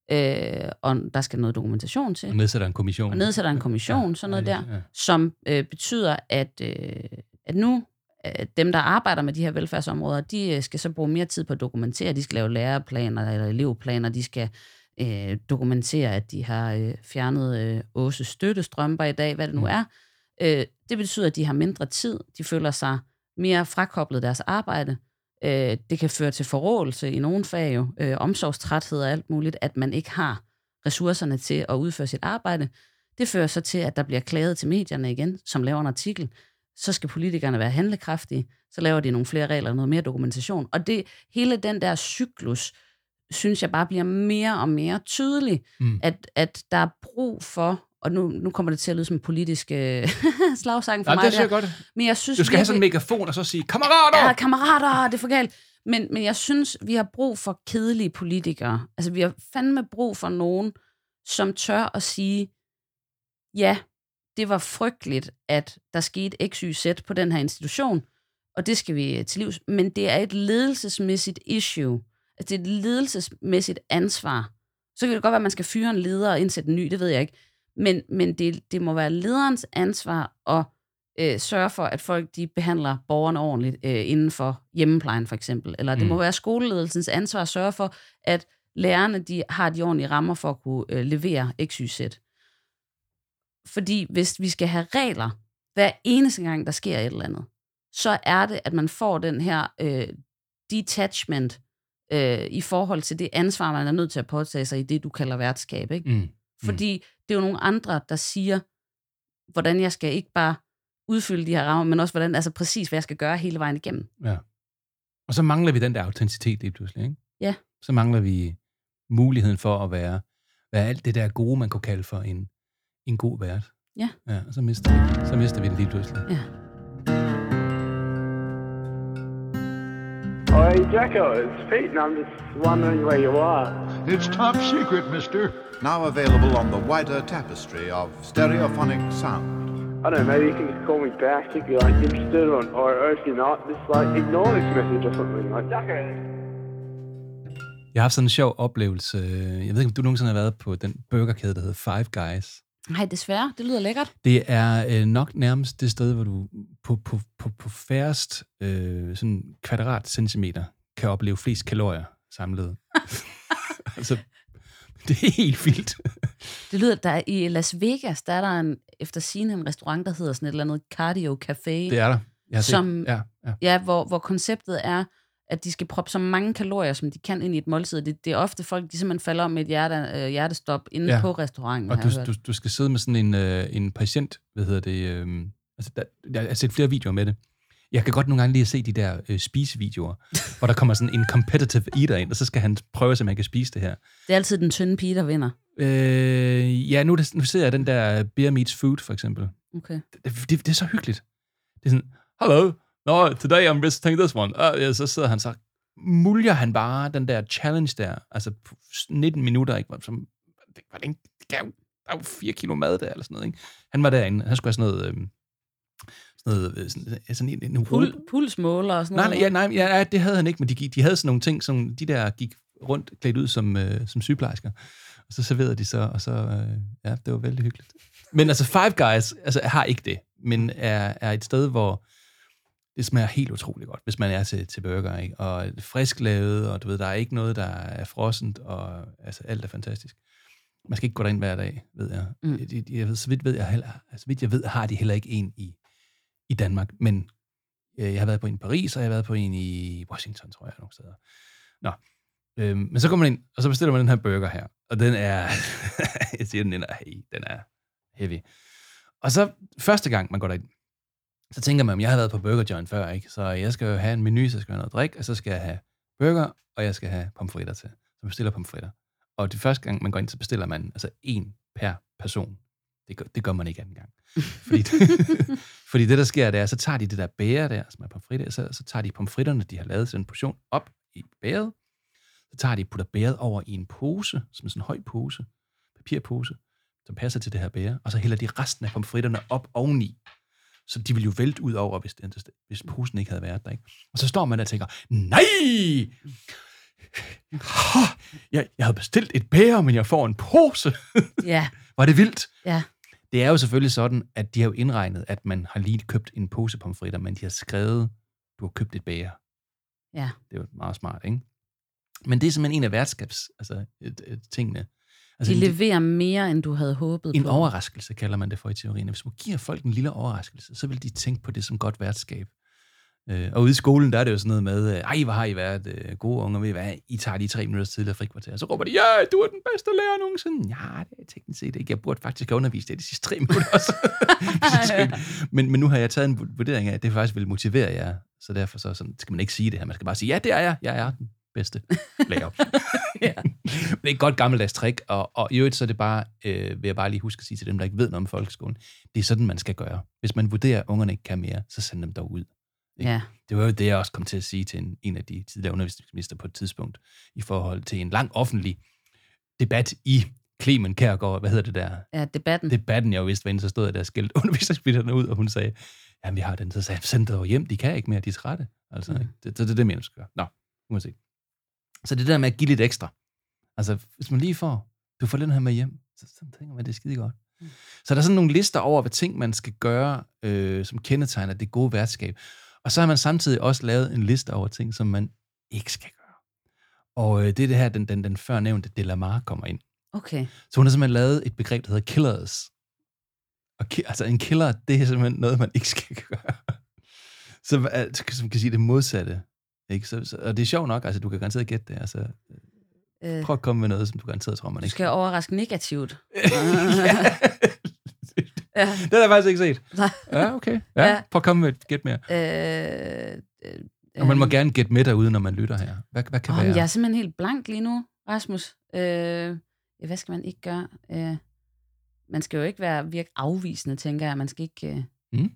og der skal noget dokumentation til. Og nedsætter en kommission. Sådan noget der, som betyder, at nu dem, der arbejder med de her velfærdsområder, de skal så bruge mere tid på at dokumentere. De skal lave læreplaner eller elevplaner. De skal dokumentere, at de har fjernet Åses støttestrømper i dag, hvad det nu er. Det betyder, at de har mindre tid. De føler sig mere frakoblet deres arbejde. Det kan føre til forrådelse i nogle fag, omsorgstræthed og alt muligt, at man ikke har ressourcerne til at udføre sit arbejde. Det fører så til, at der bliver klaget til medierne igen, som laver en artikel. Så skal politikerne være handlekraftige. Så laver de nogle flere regler og noget mere dokumentation. Og hele den der cyklus, synes jeg bare bliver mere og mere tydelig, at der er brug for, og nu kommer det til at lyde som en politisk slagsang for mig. Det er godt. Men jeg synes, du skal have sådan en megafon og så sige, kammerater! Ja, kammerater, det er for galt. Men jeg synes, vi har brug for kedelige politikere. Altså, vi har fandme brug for nogen, som tør at sige, ja, det var frygteligt, at der skete x, y, z på den her institution, og det skal vi til livs. Men det er et ledelsesmæssigt issue. Altså, det er et ledelsesmæssigt ansvar. Så kan det godt være, at man skal fyre en leder og indsætte en ny, det ved jeg ikke. Men det må være lederens ansvar at sørge for, at folk de behandler borgerne ordentligt inden for hjemmeplejen for eksempel. Eller det må være skoleledelsens ansvar at sørge for, at lærerne de har de ordentlige rammer for at kunne levere XYZ. Fordi hvis vi skal have regler, hver eneste gang, der sker et eller andet, så er det, at man får den her detachment i forhold til det ansvar, man er nødt til at påtage sig i det, du kalder værtskab. Ikke? Fordi det er jo nogle andre, der siger, hvordan jeg skal ikke bare udfylde de her rammer, men også hvordan, altså præcis, hvad jeg skal gøre hele vejen igennem. Ja. Og så mangler vi den der autenticitet lige pludselig, ikke? Ja. Så mangler vi muligheden for at være alt det der gode, man kunne kalde for en god vært. Ja. Ja, og så mister vi det lige pludselig. Ja. Hey, Jacko, it's Pete, and I'm just wondering where you are. It's top secret, mister. Now available on the wider tapestry of stereophonic sound. I don't know, maybe you can just call me back if you're like interested, or if you're not, just like ignore this message or something. Like, Jacko. Jeg har haft sådan en sjov oplevelse. Jeg ved ikke, om du nogensinde har været på den burgerkæde, der hedder Five Guys. Nej, desværre. Det lyder lækkert. Det er nok nærmest det sted, hvor du på færrest sådan kvadratcentimeter kan opleve flest kalorier samlet. Altså, det er helt vildt. Det lyder, der i Las Vegas, der er der efter sigende en restaurant, der hedder sådan et eller andet Cardio Café. Det er der. Jeg har som, set. Ja, hvor konceptet er, at de skal proppe så mange kalorier, som de kan ind i et måltid. Det er ofte folk, de simpelthen falder om med et hjertestop inde på restauranten. Og du skal sidde med sådan en patient, jeg har set flere videoer med det. Jeg kan godt nogle gange lige se de der spisevideoer, hvor der kommer sådan en competitive eater ind, og så skal han prøve, om han kan spise det her. Det er altid den tynde pige, der vinder. Nu ser jeg den der Beer Meets Food, for eksempel. Okay. Det er så hyggeligt. Det er sådan, hello, no, today I'm visiting this one. Så sidder han så, muljer han bare den der challenge der, altså 19 minutter, ikke? Der er jo 4 kilo mad der, eller sådan noget, ikke? Han var derinde, han skulle have sådan en pulsmåler og sådan noget? Nej, det havde han ikke, men de havde sådan nogle ting, som de der gik rundt klædt ud som sygeplejersker, og så serverede de så, og så, det var vældig hyggeligt. Men altså Five Guys har ikke det, men er et sted, hvor det smager helt utroligt godt, hvis man er til burger, ikke? Og frisk lavet, og du ved, der er ikke noget, der er frossent, og altså alt er fantastisk. Man skal ikke gå derind hver dag, ved jeg. Så vidt jeg ved, har de heller ikke en i Danmark, men jeg har været på en i Paris, og jeg har været på en i Washington, tror jeg, nogle steder. Nå, men så kommer man ind, og så bestiller man den her burger her, og den er, jeg siger, den er heavy. Og så første gang, man går derind, så tænker man, om jeg har været på Burger John før, ikke? Så jeg skal jo have en menu, så skal jeg have noget drik, og så skal jeg have burger, og jeg skal have pomfritter til. Så bestiller pomfritter. Og det første gang, man går ind, så bestiller man altså 1 per person. Det gør man ikke anden gang. Fordi det, der sker, det er, så tager de det der bære der, som er pomfritter, så tager de pomfritterne, de har lavet til en portion, op i bæret. Så tager de putter bæret over i en pose, som er sådan en høj pose, papirpose, som passer til det her bære, og så hælder de resten af pomfritterne op oveni. Så de ville jo vælte ud over, hvis posen ikke havde været der, ikke? Og så står man der og tænker, nej! Jeg havde bestilt et bæger, men jeg får en pose. Ja. Var det vildt? Ja. Det er jo selvfølgelig sådan, at de har jo indregnet, at man har lige købt en pose pomfritter, men de har skrevet, du har købt et bæger. Ja. Det er jo meget smart, ikke? Men det er simpelthen en af tingene. Altså, De leverer mere, end du havde håbet en på. En overraskelse kalder man det for i teorien. Hvis man giver folk en lille overraskelse, så vil de tænke på det som godt værtskab. Og ude i skolen, der er det jo sådan noget med, hvor har I været gode unger, ved I hvad? I tager de 3 minutter tidligere frikvarter. Så råber de, ja, du er den bedste lærer nogensinde. Ja, det er teknisk set ikke. Jeg burde faktisk have undervist det de sidste 3 minutter også. men nu har jeg taget en vurdering af, at det faktisk vil motivere jer. Så derfor så sådan, skal man ikke sige det her. Man skal bare sige, ja, det er jeg. Jeg er den bedste lærer. Ja. Det er et godt gammeldags trick, og i øvrigt så er det bare, vil jeg bare lige huske at sige til dem, der ikke ved noget om folkeskolen, det er sådan, man skal gøre. Hvis man vurderer, at ungerne ikke kan mere, så send dem dog ud. Ja. Det var jo det, jeg også kom til at sige til en af de tidligere undervisningsminister på et tidspunkt, i forhold til en lang offentlig debat i Clemen Kjærgaard. Hvad hedder det der? Ja, debatten. Debatten, jeg jo vidste, så stod jeg der skilt undervisningsministerne ud, og hun sagde, jamen vi har den, så sagde jeg, send det hjem, de kan ikke mere, de er trætte. Altså, det er det, man skal gøre. Nå, nu må se. Så det der med at give lidt ekstra. Altså, hvis man lige du får den her med hjem, så tænker man, det er skide godt. Så der er sådan nogle lister over, hvad ting man skal gøre, som kendetegner det gode værtskab. Og så har man samtidig også lavet en liste over ting, som man ikke skal gøre. Og det er det her, den førnævnte Delamare kommer ind. Okay. Så hun har simpelthen lavet et begreb, der hedder killers. Og altså en killer, det er simpelthen noget, man ikke skal gøre. Som kan sige det modsatte. Ikke? Og det er sjovt nok, altså du kan garanteret gætte det. Altså, prøv at komme med noget, som du garanteret tror, man ikke skal overraske negativt. Ja. Det har jeg faktisk ikke set. Nej. Ja, okay. Ja. Prøv at komme med et gæt mere. Og man må gerne gætte med derude, når man lytter her. Hvad kan være? Jeg er simpelthen helt blank lige nu, Rasmus. Hvad skal man ikke gøre? Man skal jo ikke virke afvisende, tænker jeg. Man skal ikke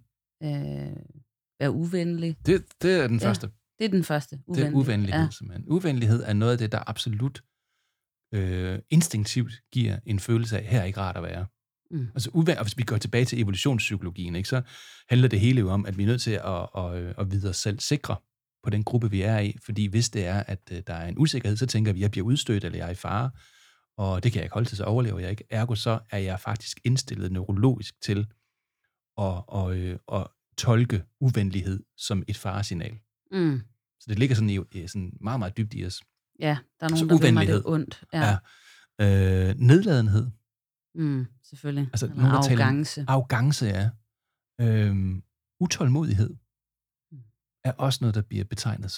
være uvenlig. Det er den første. Det er den første. Det er uvenlighed, simpelthen. Uvenlighed er noget af det, der absolut instinktivt giver en følelse af, her er ikke rart at være. Altså, og hvis vi går tilbage til evolutionspsykologien, ikke, så handler det hele jo om, at vi er nødt til at vide os selv sikre på den gruppe, vi er i. Fordi hvis det er, at der er en usikkerhed, så tænker vi, at jeg bliver udstødt, eller jeg er i fare, og det kan jeg ikke holde til, så overlever jeg ikke. Ergo så er jeg faktisk indstillet neurologisk til at tolke uvenlighed som et faresignal. Så det ligger sådan meget, meget dybt i os. Ja, der er nogen, der vil mig det ondt. Ja. Nedladenhed. Selvfølgelig. Altså, arrogance. Arrogance, ja. Utålmodighed er også noget, der bliver betegnet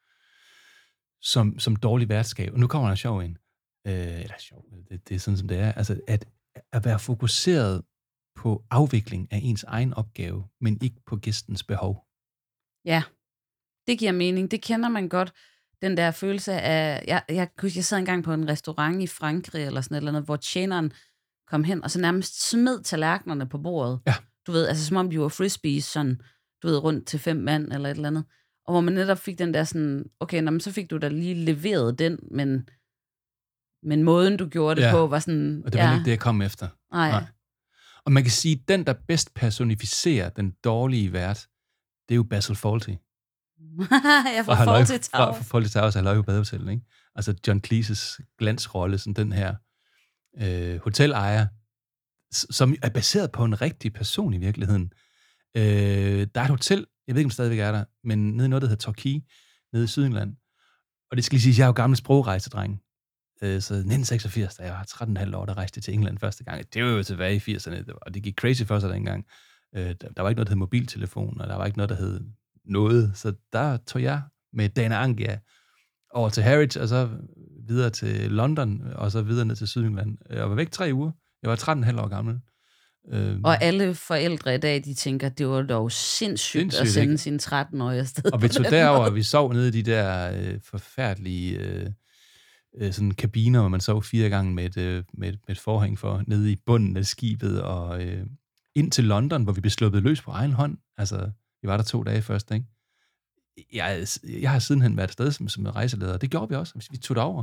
som dårlig værtskab. Og nu kommer der en sjov en. Eller sjov, det er sådan, som det er. Altså, at være fokuseret på afvikling af ens egen opgave, men ikke på gæstens behov. Ja, det giver mening. Det kender man godt. Den der følelse af... Jeg sad engang på en restaurant i Frankrig, eller sådan et eller andet, hvor tjeneren kom hen, og så nærmest smed tallerkenerne på bordet. Ja. Du ved, altså som om de var frisbees, sådan, du ved, rundt til 5 mand, eller et eller andet. Og hvor man netop fik den der sådan, okay, så fik du da lige leveret den, men måden, du gjorde det på, var sådan... Og det var ikke det, jeg kom efter. Nej. Og man kan sige, at den, der bedst personificerer den dårlige vært, det er jo Basil Fawlty. Fra Fawlty Towers. Fra Fawlty Towers, Halløj på Badehotellet, ikke? Altså John Cleese's glansrolle, sådan den her hotelejer, som er baseret på en rigtig person i virkeligheden. Der er et hotel, jeg ved ikke, om stadigvæk er der, men nede i noget, der hedder Torquay, nede i Sydengland. Og det skal lige sige, at jeg er jo gammel sprogrejsedreng. Så 1986, da jeg var 13,5 år, der rejste til England første gang. Det var jo tilbage i 80'erne, og det gik crazy for sig dengang. Der var ikke noget, der hed mobiltelefon, og der var ikke noget, der hed noget. Så der tog jeg med Dana Angia over til Harwich, og så videre til London, og så videre ned til Sydengland. Jeg var væk 3 uger. Jeg var 13,5 år gammel. Og alle forældre i dag, de tænker, det var dog sindssygt at sende ikke? Sine 13-årige afsted. Og vi tog derover, vi sov nede i de der forfærdelige sådan kabiner, hvor man sov 4 gange med et forhæng for, nede i bunden af skibet, og ind til London, hvor vi blev sluppet løs på egen hånd. Altså, vi var der 2 dage først, ikke? Jeg har sidenhen været afsted som rejseleder, og det gjorde vi også. Vi tog derover.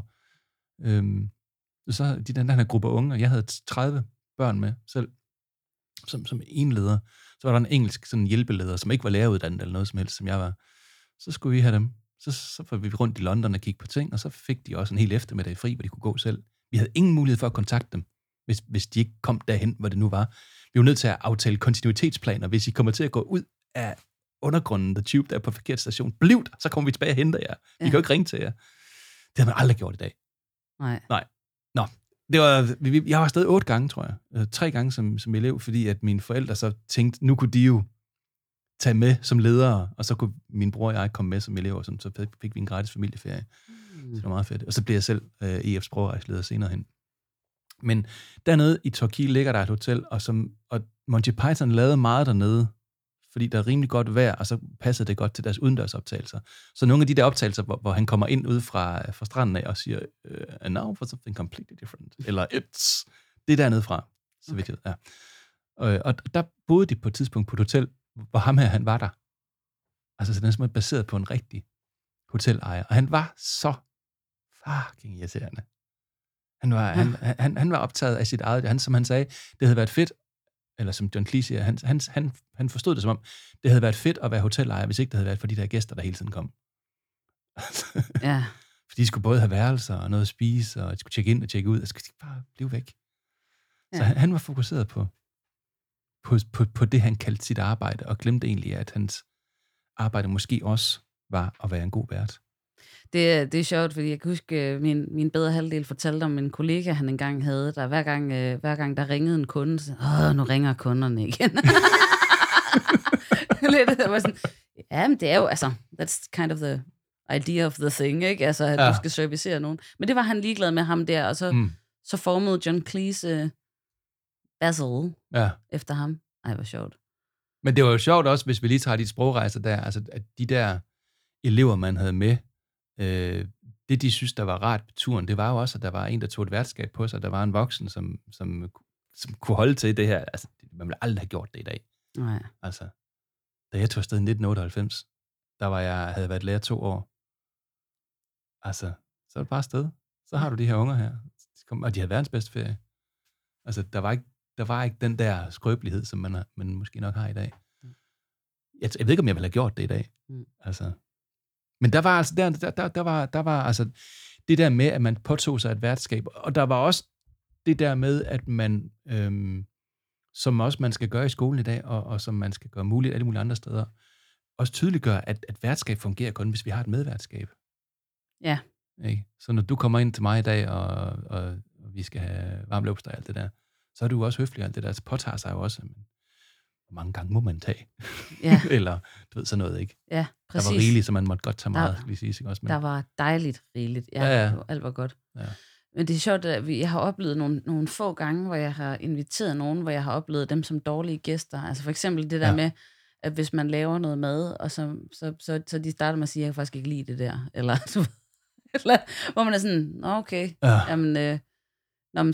Så den her gruppe unge, og jeg havde 30 børn med selv, som en leder. Så var der en engelsk sådan hjælpeleder, som ikke var læreruddannet eller noget som helst, som jeg var. Så skulle vi have dem Så var vi rundt i London og kigge på ting, og så fik de også en hel eftermiddag fri, hvor de kunne gå selv. Vi havde ingen mulighed for at kontakte dem, hvis de ikke kom derhen, hvor det nu var. Vi var nødt til at aftale kontinuitetsplaner. Hvis I kommer til at gå ud af undergrunden, The Tube, der er på forkert station, bliv der, så kommer vi tilbage og henter jer. Vi kan jo ikke ringe til jer. Det har man aldrig gjort i dag. Nej. Nå, jeg var afsted 8 gange, tror jeg. 3 gange som elev, fordi at mine forældre så tænkte, nu kunne de jo tage med som ledere, og så kunne min bror og jeg komme med som elever, så fik vi en gratis familieferie. Så det var meget fedt. Og så blev jeg selv EF's sprogrejseleder senere hen. Men dernede i Torquay ligger der et hotel, og Monty Python lavede meget dernede, fordi der er rimelig godt vejr, og så passede det godt til deres udendørsoptagelser. Så nogle af de der optagelser, hvor han kommer ind ud fra stranden af og siger, and now for something completely different, eller it's, det er dernede fra, så vidt jeg ved. Ja. Og der boede de på et tidspunkt på et hotel, hvor ham her, han var der. Altså, så den er simpelthen baseret på en rigtig hotelejer, og han var så fucking irriterende. Han var optaget af sit eget, som han sagde, det havde været fedt, eller som John Cleese siger, han forstod det som om, det havde været fedt at være hotelejer, hvis ikke det havde været for de der gæster, der hele tiden kom. Ja. Fordi de skulle både have værelser og noget at spise, og de skulle tjekke ind og tjekke ud, og skulle bare blive væk. Ja. Så han var fokuseret på det, han kaldte sit arbejde, og glemte egentlig, at hans arbejde måske også var at være en god vært. Det er sjovt, fordi jeg kan huske, min bedre halvdel fortalte om en kollega, han engang havde, der hver gang der ringede en kunde, så nu ringer kunderne igen. Lidt, der var sådan, ja, men det er jo, altså, that's kind of the idea of the thing, ikke? Altså, at du skal servicere nogen. Men det var han ligeglad med ham der, og så formede John Cleese Basil efter ham. Ej, hvor sjovt. Men det var jo sjovt også, hvis vi lige tager de sprogrejser der, altså at de der elever, man havde med, det de synes, der var rart på turen, det var jo også, at der var en, der tog et værtskab på sig, der var en voksen, som kunne holde til det her. Altså, man ville aldrig have gjort det i dag. Nej. Altså, da jeg tog afsted i 1998, havde været lærer 2 år. Altså, så er det bare afsted. Så har du de her unger her, og de havde verdens bedste ferie. Altså, der var ikke den der skrøbelighed, som man måske nok har i dag. Jeg ved ikke, om jeg ville have gjort det i dag. Altså, men der var altså der var altså det der med, at man påtog sig et værtskab, og der var også det der med, at man, som også man skal gøre i skolen i dag, og som man skal gøre muligt alle mulige andre steder, også tydeliggør, at værtskab fungerer kun, hvis vi har et medværtskab. Ja. Ikke? Så når du kommer ind til mig i dag, og vi skal have varm leverpostej og alt det der, så er du også høflig, alt det der. Så påtager sig jo også, hvor mange gange må man tage? Ja. Eller, du ved, sådan noget, ikke? Ja, præcis. Der var rigeligt, så man måtte godt tage meget, skal lige sige. Ikke? Også, men... Der var dejligt rigeligt. Ja. Alt var godt. Ja. Men det er sjovt, at jeg har oplevet nogle få gange, hvor jeg har inviteret nogen, hvor jeg har oplevet dem som dårlige gæster. Altså for eksempel det der med, at hvis man laver noget mad, og så de starter med at sige, jeg kan faktisk ikke lide det der. Eller hvor man er sådan, okay, jamen,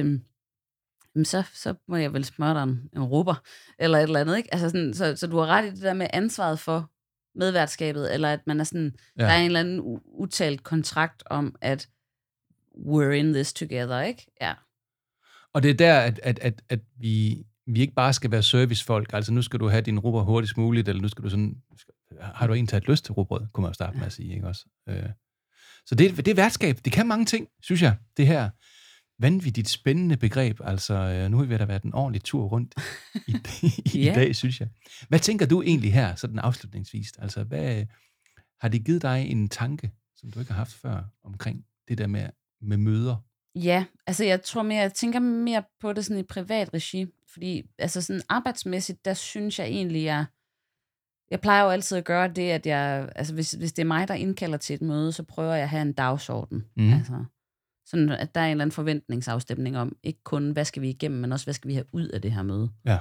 så må jeg vel smøre dig en rubber, eller et eller andet, ikke? Altså sådan, så du har ret i det der med ansvaret for medværtskabet, eller at man er sådan, der er en eller anden udtalt kontrakt om, at we're in this together, ikke? Ja. Og det er der, at vi ikke bare skal være servicefolk, altså nu skal du have din rugbrød hurtigst muligt, eller nu skal du sådan, har du egentlig taget lyst til rugbrød, kunne man jo starte med at sige, ikke også? Så det er værtskab, det kan mange ting, synes jeg, det her vanvittigt spændende begreb, altså nu har vi da været en ordentlig tur rundt i dag, synes jeg. Hvad tænker du egentlig her, sådan afslutningsvis? Altså, hvad har det givet dig en tanke, som du ikke har haft før, omkring det der med møder? Ja, altså jeg tænker mere på det sådan i privat regi, fordi altså sådan arbejdsmæssigt, der synes jeg egentlig, jeg plejer jo altid at gøre det, at altså hvis det er mig, der indkalder til et møde, så prøver jeg at have en dagsorden. Altså, sådan at der er en eller anden forventningsafstemning om, ikke kun, hvad skal vi igennem, men også, hvad skal vi have ud af det her møde. Ja.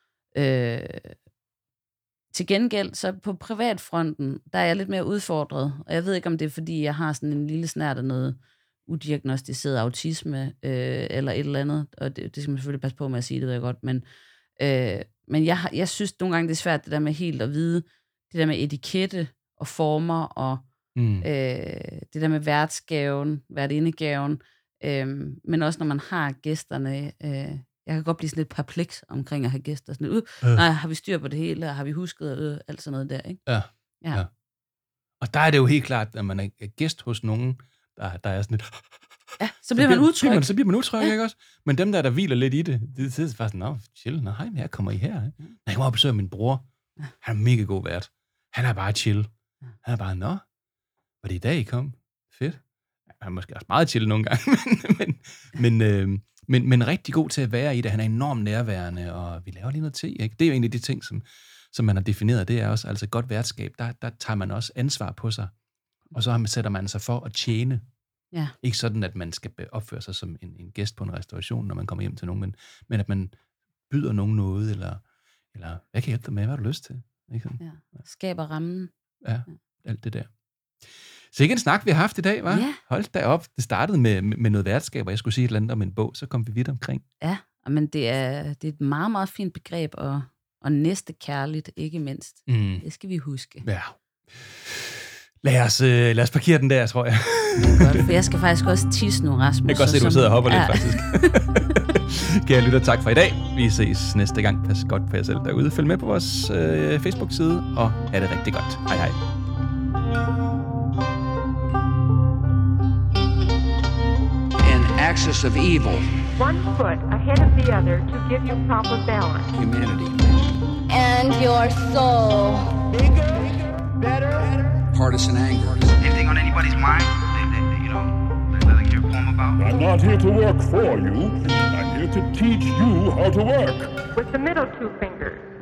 Til gengæld, så på privatfronten, der er jeg lidt mere udfordret, og jeg ved ikke, om det er, fordi jeg har sådan en lille snert af noget udiagnostiseret autisme, eller et eller andet, og det skal man selvfølgelig passe på med at sige, det ved jeg godt, men jeg synes nogle gange, det er svært, det der med helt at vide, det der med etikette og former, og det der med værtindegaven, men også når man har gæsterne, jeg kan godt blive sådan lidt perpleks omkring at have gæster, sådan nej, har vi styr på det hele, har vi husket alt sådan noget der, ikke? Ja. Og der er det jo helt klart, at man er gæst hos nogen, der er sådan lidt... Ja, så bliver man utryg. Så bliver man utryg, ikke også? Men dem, der hviler lidt i det, det er bare sådan, chill, hej, men jeg kommer I her. Ikke? Jeg kommer op og besøger min bror. Han er mega god vært. Han er bare chill. Han er bare, var det i dag, I kom? Fedt. Han er måske også meget chill nogle gange, men rigtig god til at være i det. Han er enormt nærværende, og vi laver lige noget te, ikke? Det er jo egentlig de ting, som man har defineret. Det er også altså godt værtskab. Der tager man også ansvar på sig, og så sætter man sig for at tjene. Ja. Ikke sådan, at man skal opføre sig som en gæst på en restauration, når man kommer hjem til nogen, men at man byder nogen noget, eller hvad kan jeg hjælpe dig med? Hvad har du lyst til? Ikke sådan? Ja. Skaber rammen. Ja, alt det der. Så ikke en snak, vi har haft i dag, hva'? Ja. Hold da op. Det startede med noget værtskab, og jeg skulle sige et eller andet om en bog, så kom vi vidt omkring. Ja, men det er et meget, meget fint begreb, og næstekærligt, ikke mindst. Det skal vi huske. Ja. Lad os parkere den der, tror jeg. Det er godt, for jeg skal faktisk også tisse nu, Rasmus. Jeg kan godt se, at du sidder og hopper lidt, faktisk. Kære lytter, tak for i dag. Vi ses næste gang. Pas godt på jer selv derude. Følg med på vores Facebook-side, og have det rigtig godt. Hej hej. An axis of evil. One foot ahead of the other to give you proper balance. Humanity. And your soul. Bigger, better. Partisan anger. Anything on anybody's mind? That you hear a poem about? I'm not here to work for you. I'm here to teach you how to work. With the middle two fingers,